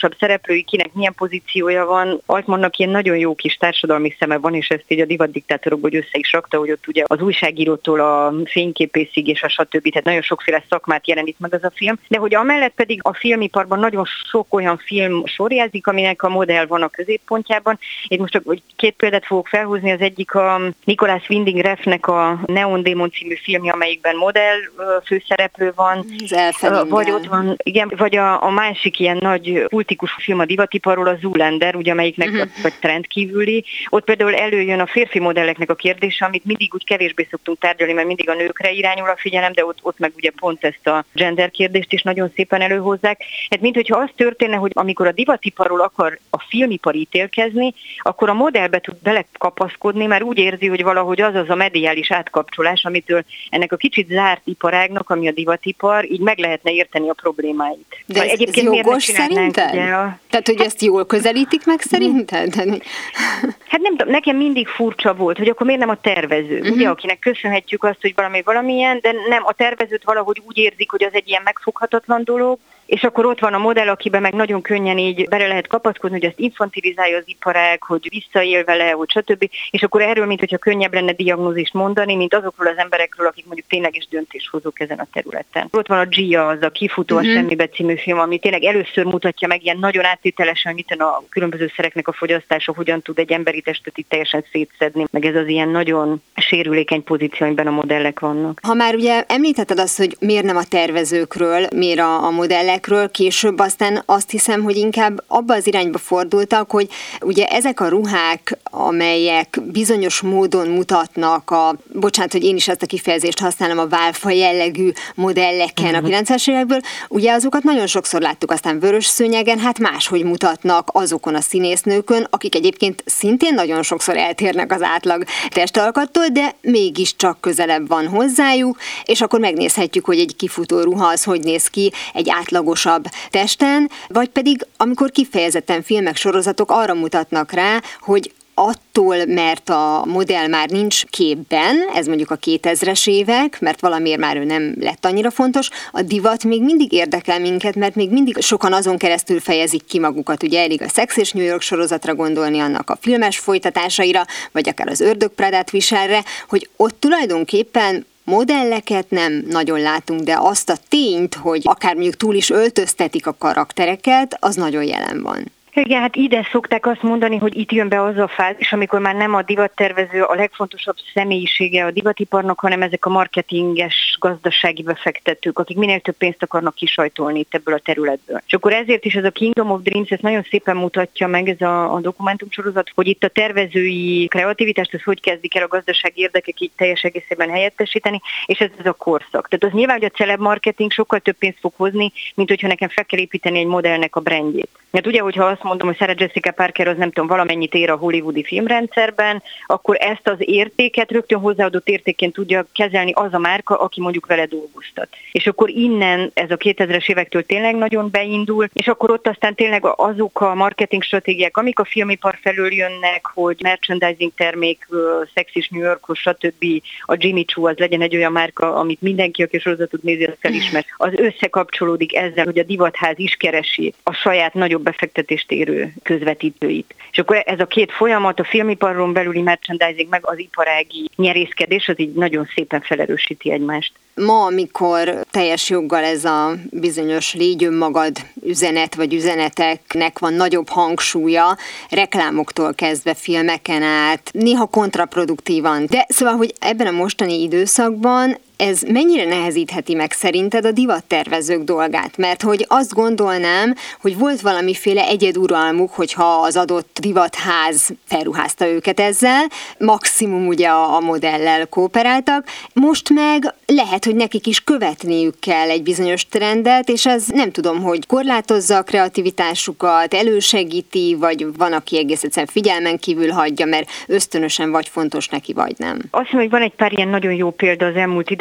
fontosabb szereplői, kinek milyen pozíciója van. Altmannak ilyen nagyon jó kis társadalmi szeme van, és ezt így a divatdiktátorokból össze is rakta, hogy ott ugye az újságírótól a fényképészig és a stb. Tehát nagyon sokféle szakmát jelenít meg az a film, de hogy amellett pedig a filmiparban nagyon sok olyan film sorjázik, aminek a modell van a középpontjában. Én most csak 2 példát fogok felhozni, az egyik a Nicholas Winding Refnnek a Neon Demon című filmje, amelyikben modell főszereplő van, vagy ott van, igen, vagy a másik ilyen nagy kultikus film a divatiparról, a Zoolander, ugye, amelyiknek vagy rendkívüli. Ott például előjön a férfi modelleknek a kérdése, amit mindig úgy kevésbé szoktunk tárgyalni, mert mindig a nőkre irányul a figyelem, de ott meg ugye pont ezt a gender kérdést is nagyon szépen előhozzák. Hát minthogyha az történne, hogy amikor a divatiparról akar a filmipar ítélkezni, akkor a modellbe tud belekapaszkodni, mert úgy érzi, hogy valahogy az a mediális átkapcsolás, amitől ennek a kicsit zárt iparágnak, ami a divatipar, így meg lehetne érteni a problémáit. De ez jogos szerinted? Tehát, hogy ezt jól közelítik meg szerinted? Hát nem tudom, nekem mindig furcsa volt, hogy akkor miért nem a tervező, ugye, akinek köszönhetjük azt, hogy valamilyen, de nem, a tervezőt valahogy úgy érzik, hogy az egy ilyen megfoghatatlan dolog, és akkor ott van a modell, akiben meg nagyon könnyen így bele lehet kapaszkodni, hogy azt infantilizálja az iparág, hogy visszaél vele, hogy stb. És akkor erről, mintha könnyebb lenne diagnózist mondani, mint azokról az emberekről, akik mondjuk tényleges döntéshozók ezen a területen. Ott van a Gia, az a Kifutó a semmibe című film, ami tényleg először mutatja meg ilyen nagyon áttételesen, hogy miten a különböző szereknek a fogyasztása hogyan tud egy emberi testet itt teljesen szétszedni, meg ez az ilyen nagyon sérülékeny pozíció, amiben a modellek vannak. Ha már ugye említetted azt, hogy miért nem a tervezőkről, miért a modellek, később aztán azt hiszem, hogy inkább abba az irányba fordultak, hogy ugye ezek a ruhák, amelyek bizonyos módon mutatnak bocsánat, hogy én is ezt a kifejezést használom, a válfa jellegű modelleken a 90-es évekből, ugye azokat nagyon sokszor láttuk aztán vörös szőnyegen, hát máshogy mutatnak azokon a színésznőkön, akik egyébként szintén nagyon sokszor eltérnek az átlag testalkattól, de mégiscsak közelebb van hozzájuk, és akkor megnézhetjük, hogy egy kifutó ruha az hogy néz ki egy átlagosabb testen, vagy pedig amikor kifejezetten filmek, sorozatok arra mutatnak rá, hogy attól, mert a modell már nincs képben, ez mondjuk a 2000-es évek, mert valamiért már ő nem lett annyira fontos, a divat még mindig érdekel minket, mert még mindig sokan azon keresztül fejezik ki magukat. Ugye elég a Sex és New York sorozatra gondolni, annak a filmes folytatásaira, vagy akár az Ördög Pradát viselre, hogy ott tulajdonképpen modelleket nem nagyon látunk, de azt a tényt, hogy akár mondjuk túl is öltöztetik a karaktereket, az nagyon jelen van. Igen, hát ide szokták azt mondani, hogy itt jön be az a fázis, amikor már nem a divattervező a legfontosabb személyisége a divatiparnak, hanem ezek a marketinges gazdasági befektetők, akik minél több pénzt akarnak kisajtolni itt ebből a területből. És akkor ezért is ez a Kingdom of Dreams, ezt nagyon szépen mutatja meg ez a dokumentumsorozat, hogy itt a tervezői kreativitást, az hogy kezdik el a gazdasági érdekek így teljes egészében helyettesíteni, és ez a korszak. Tehát az nyilván, hogy a celeb marketing sokkal több pénzt fog hozni, mint hogyha nekem fel kell építeni egy modellnek a brandjét. Hát ugye, hogyha azt mondom, hogy Sarah Jessica Parker az nem tudom, valamennyit ér a hollywoodi filmrendszerben, akkor ezt az értéket rögtön hozzáadott értékként tudja kezelni az a márka, aki mondjuk vele dolgoztat. És akkor innen ez a 2000-es évektől tényleg nagyon beindul, és akkor ott aztán tényleg azok a marketing stratégiák, amik a filmipar felől jönnek, hogy merchandising termék, Sex és New Yorkos, stb. A Jimmy Choo az legyen egy olyan márka, amit mindenki, aki sorozatot nézi, az felismer. Az összekapcsolódik ezzel, hogy a divatház is keresi a saját nagyobb befektetést érő közvetítőit. És akkor ez a két folyamat, a filmiparon belüli merchandising, meg az iparági nyerészkedés, az így nagyon szépen felerősíti egymást. Ma, amikor teljes joggal ez a bizonyos légy önmagad üzenet vagy üzeneteknek van nagyobb hangsúlya, reklámoktól kezdve filmeken át, néha kontraproduktívan. De szóval, hogy ebben a mostani időszakban ez mennyire nehezítheti meg szerinted a divattervezők dolgát? Mert hogy azt gondolnám, hogy volt valamiféle egyeduralmuk, hogyha az adott divatház felruházta őket ezzel, maximum ugye a modellel kooperáltak, most meg lehet, hogy nekik is követniük kell egy bizonyos trendet, és ez nem tudom, hogy korlátozza a kreativitásukat, elősegíti, vagy van, aki egész egyszerűen figyelmen kívül hagyja, mert ösztönösen vagy fontos neki, vagy nem. Azt mondom, hogy van egy pár ilyen nagyon jó példa az elmúlt időszakban,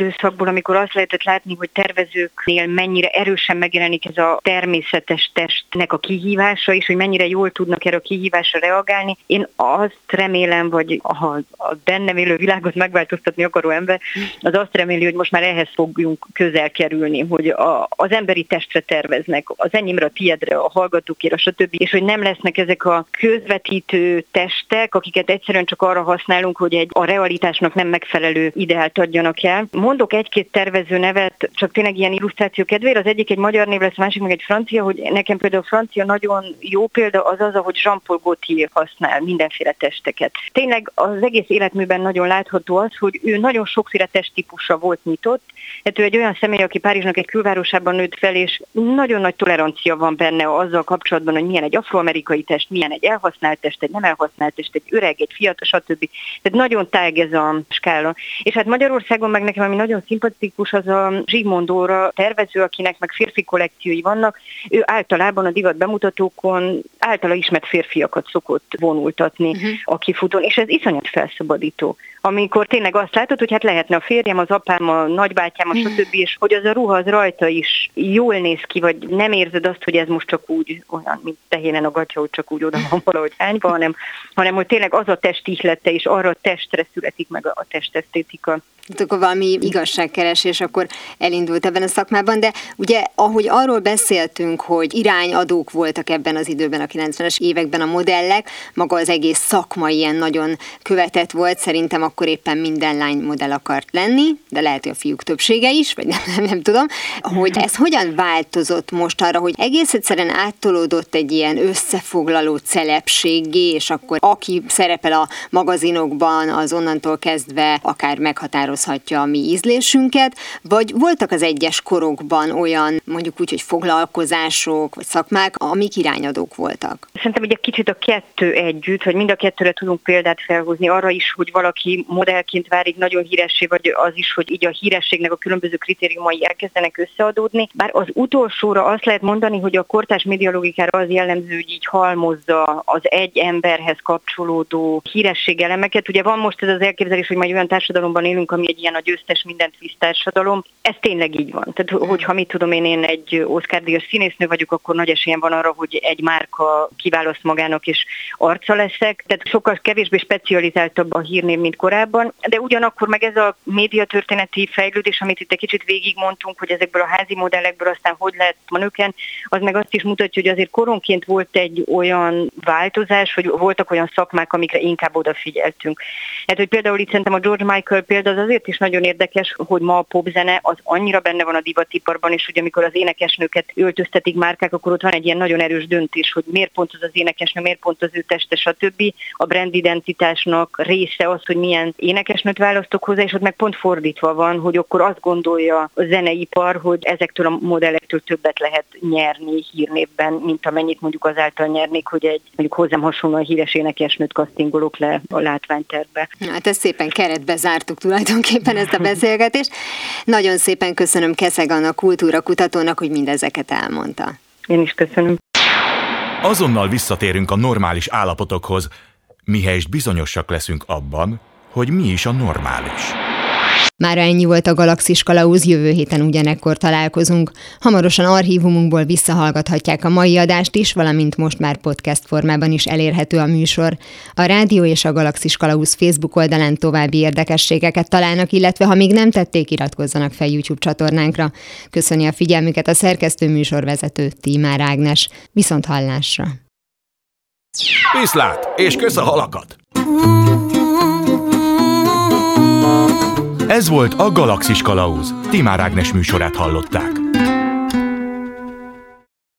időszakból, amikor azt lehetett látni, hogy tervezőknél mennyire erősen megjelenik ez a természetes testnek a kihívása, és hogy mennyire jól tudnak erre a kihívásra reagálni. Én azt remélem, vagy ha a bennem élő világot megváltoztatni akaró ember, az azt reméli, hogy most már ehhez fogjunk közel kerülni, hogy az emberi testre terveznek, az enyémre, a tiédre, a hallgatókére, stb. És hogy nem lesznek ezek a közvetítő testek, akiket egyszerűen csak arra használunk, hogy a realitásnak nem megfelelő ideált adjanak el. Mondok egy-két tervező nevet, csak tényleg ilyen illusztráció kedvére. Az egyik egy magyar név lesz, a másik meg egy francia, hogy nekem például a francia nagyon jó példa az, ahogy Jean-Paul Gaultier használ mindenféle testeket. Tényleg az egész életműben nagyon látható az, hogy ő nagyon sokféle testtípusra volt nyitott. Hát ő egy olyan személy, aki Párizsnak egy külvárosában nőtt fel, és nagyon nagy tolerancia van benne azzal kapcsolatban, hogy milyen egy afroamerikai test, milyen egy elhasznált test, egy nem elhasznált test, egy öreg, egy fiatal, stb. Tehát nagyon tág ez a skála. És hát Magyarországon meg nekem, ami nagyon szimpatikus, az a Zsigmond Dóra tervező, akinek meg férfi kollekciói vannak. Ő általában a divat bemutatókon általa ismert férfiakat szokott vonultatni a kifutón, és ez iszonyat felszabadító. Amikor tényleg azt látod, hogy hát lehetne a férjem, az apám, a nagybátyám, a stb., és hogy az a ruha az rajta is jól néz ki, vagy nem érzed azt, hogy ez most csak úgy olyan, mint tehénen a gatya, hogy csak úgy oda van valahogy hányva, hanem hogy tényleg az a test ihlete, és arra a testre születik meg a testesztétika. Akkor valami igazságkeresés akkor elindult ebben a szakmában, de ugye ahogy arról beszéltünk, hogy irányadók voltak ebben az időben, a 90-es években a modellek, maga az egész szakma ilyen nagyon követett volt, szerintem akkor éppen minden lány modell akart lenni, de lehet, hogy a fiúk többsége is, vagy nem tudom, hogy ez hogyan változott most arra, hogy egész egyszerűen áttolódott egy ilyen összefoglaló celebséggé, és akkor aki szerepel a magazinokban, az onnantól kezdve akár meghatározhatja a mi ízlésünket, vagy voltak az egyes korokban olyan, mondjuk úgy, hogy foglalkozások, vagy szakmák, amik irányadók voltak? Szerintem ugye kicsit a kettő együtt, vagy mind a kettőre tudunk példát felhozni arra is, hogy valaki modellként válik nagyon híressé, vagy az is, hogy így a hírességnek a különböző kritériumai elkezdenek összeadódni. Bár az utolsóra azt lehet mondani, hogy a kortárs médialogikára az jellemző, hogy így halmozza az egy emberhez kapcsolódó hírességelemeket. Ugye van most ez az elképzelés, hogy majd olyan társadalomban élünk, ami egy ilyen a győztes mindent visz társadalom. Ez tényleg így van. Tehát, hogyha mit tudom én egy Oscar-díjas színésznő vagyok, akkor nagy esélyen van arra, hogy egy márka kiválaszt magának és arca leszek. Tehát sokkal kevésbé specializáltabb a hírnév, mint korábban, de ugyanakkor meg ez a médiatörténeti fejlődés, amit itt egy kicsit végigmondtunk, hogy ezekből a házi modellekből aztán hogy lett manőken, az meg azt is mutatja, hogy azért koronként volt egy olyan változás, hogy voltak olyan szakmák, amikre inkább odafigyeltünk. Hát, hogy például itt szerintem a George Michael példa az azért is nagyon érdekes, hogy ma a popzene az annyira benne van a divatiparban, és hogy amikor az énekesnőket öltöztetik márkák, akkor ott van egy ilyen nagyon erős döntés, hogy miért pont az énekesnő, miért pont az ő teste, stb. A brand identitásnak része az, hogy milyen énekesnőt választok hozzá, és ott meg pont fordítva van, hogy akkor azt gondolja a zeneipar, hogy ezektől a modellektől többet lehet nyerni hírnévben, mint amennyit mondjuk azáltal nyernék, hogy egy mondjuk hozzám hasonlóan híres énekesnőt kasztingolok le a látványtervbe. Hát ezt szépen keretbe zártuk tulajdonképpen ezt a beszélgetést. Nagyon szépen köszönöm Keszeg Anna kultúrakutatónak, hogy mindezeket elmondta. Én is köszönöm. Azonnal visszatérünk a normális állapotokhoz, mihelyest bizonyosak leszünk abban, hogy mi is a normális. Mára ennyi volt a Galaxis Kalauz, jövő héten ugyanekkor találkozunk. Hamarosan archívumunkból visszahallgathatják a mai adást is, valamint most már podcast formában is elérhető a műsor. A Rádió és a Galaxis Kalauz Facebook oldalán további érdekességeket találnak, illetve ha még nem tették, iratkozzanak fel YouTube csatornánkra. Köszöni a figyelmüket a szerkesztő műsorvezető Tímár Ágnes. Viszont hallásra! Viszlát, és kösz a halakat! Ez volt a Galaxis Kalauz. Tímár Ágnes műsorát hallották.